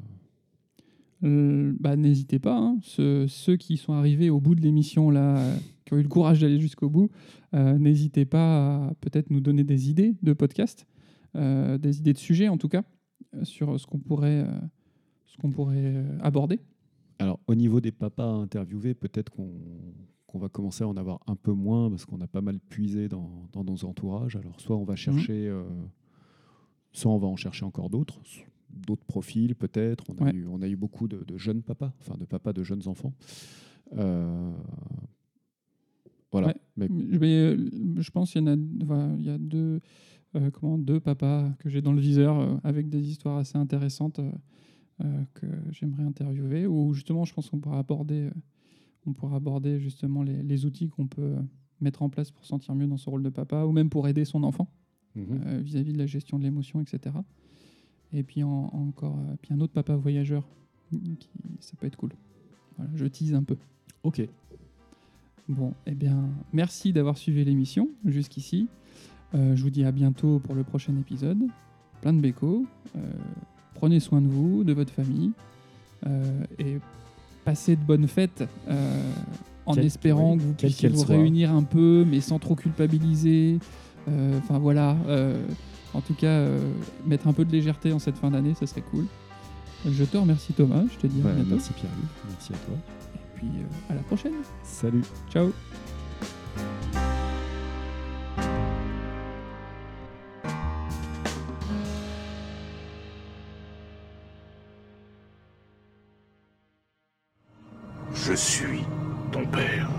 Euh, bah, n'hésitez pas, hein. Ceux, ceux qui sont arrivés au bout de l'émission, là, euh, qui ont eu le courage d'aller jusqu'au bout, euh, n'hésitez pas à peut-être nous donner des idées de podcasts, euh, des idées de sujets en tout cas, euh, sur ce qu'on pourrait, euh, ce qu'on pourrait euh, aborder.
Alors, au niveau des papas à interviewer, peut-être qu'on qu'on va commencer à en avoir un peu moins parce qu'on a pas mal puisé dans, dans nos entourages. Alors, soit on va chercher, euh, soit on va en chercher encore d'autres, d'autres profils peut-être. On, a
Ouais.
eu- on a eu beaucoup de, de jeunes papas, enfin de papas de jeunes enfants. Euh, voilà.
Ouais.
Mais
Mais, euh, je pense qu'il y en a, voilà, il y a deux, euh, comment, deux papas que j'ai dans le viseur euh, avec des histoires assez intéressantes euh, euh, que j'aimerais interviewer. Ou justement, je pense qu'on pourra aborder, euh, on pourra aborder justement les, les outils qu'on peut euh, mettre en place pour se sentir mieux dans son rôle de papa, ou même pour aider son enfant
mhm.
euh, vis-à-vis de la gestion de l'émotion, et cetera. Et puis en- encore, euh, puis un autre papa voyageur, qui, ça peut être cool. Voilà, je tease un peu.
Ok.
Bon, eh bien, merci d'avoir suivi l'émission jusqu'ici. Euh, je vous dis à bientôt pour le prochain épisode. Plein de bécos. Euh, prenez soin de vous, de votre famille. euh, et passez de bonnes fêtes euh, en
Quelle-
espérant
oui,
que vous
quelle
puissiez
qu'elle
vous
soit.
réunir un peu, mais sans trop culpabiliser. Euh, Enfin voilà. euh, en tout cas, euh, mettre un peu de légèreté en cette fin d'année, ça serait cool. Je te remercie Thomas. Je te dis à
Ouais,
bientôt.
merci Pierre-Luc. Merci à toi.
Et puis euh, à la prochaine.
Salut.
Ciao.
Je suis ton père.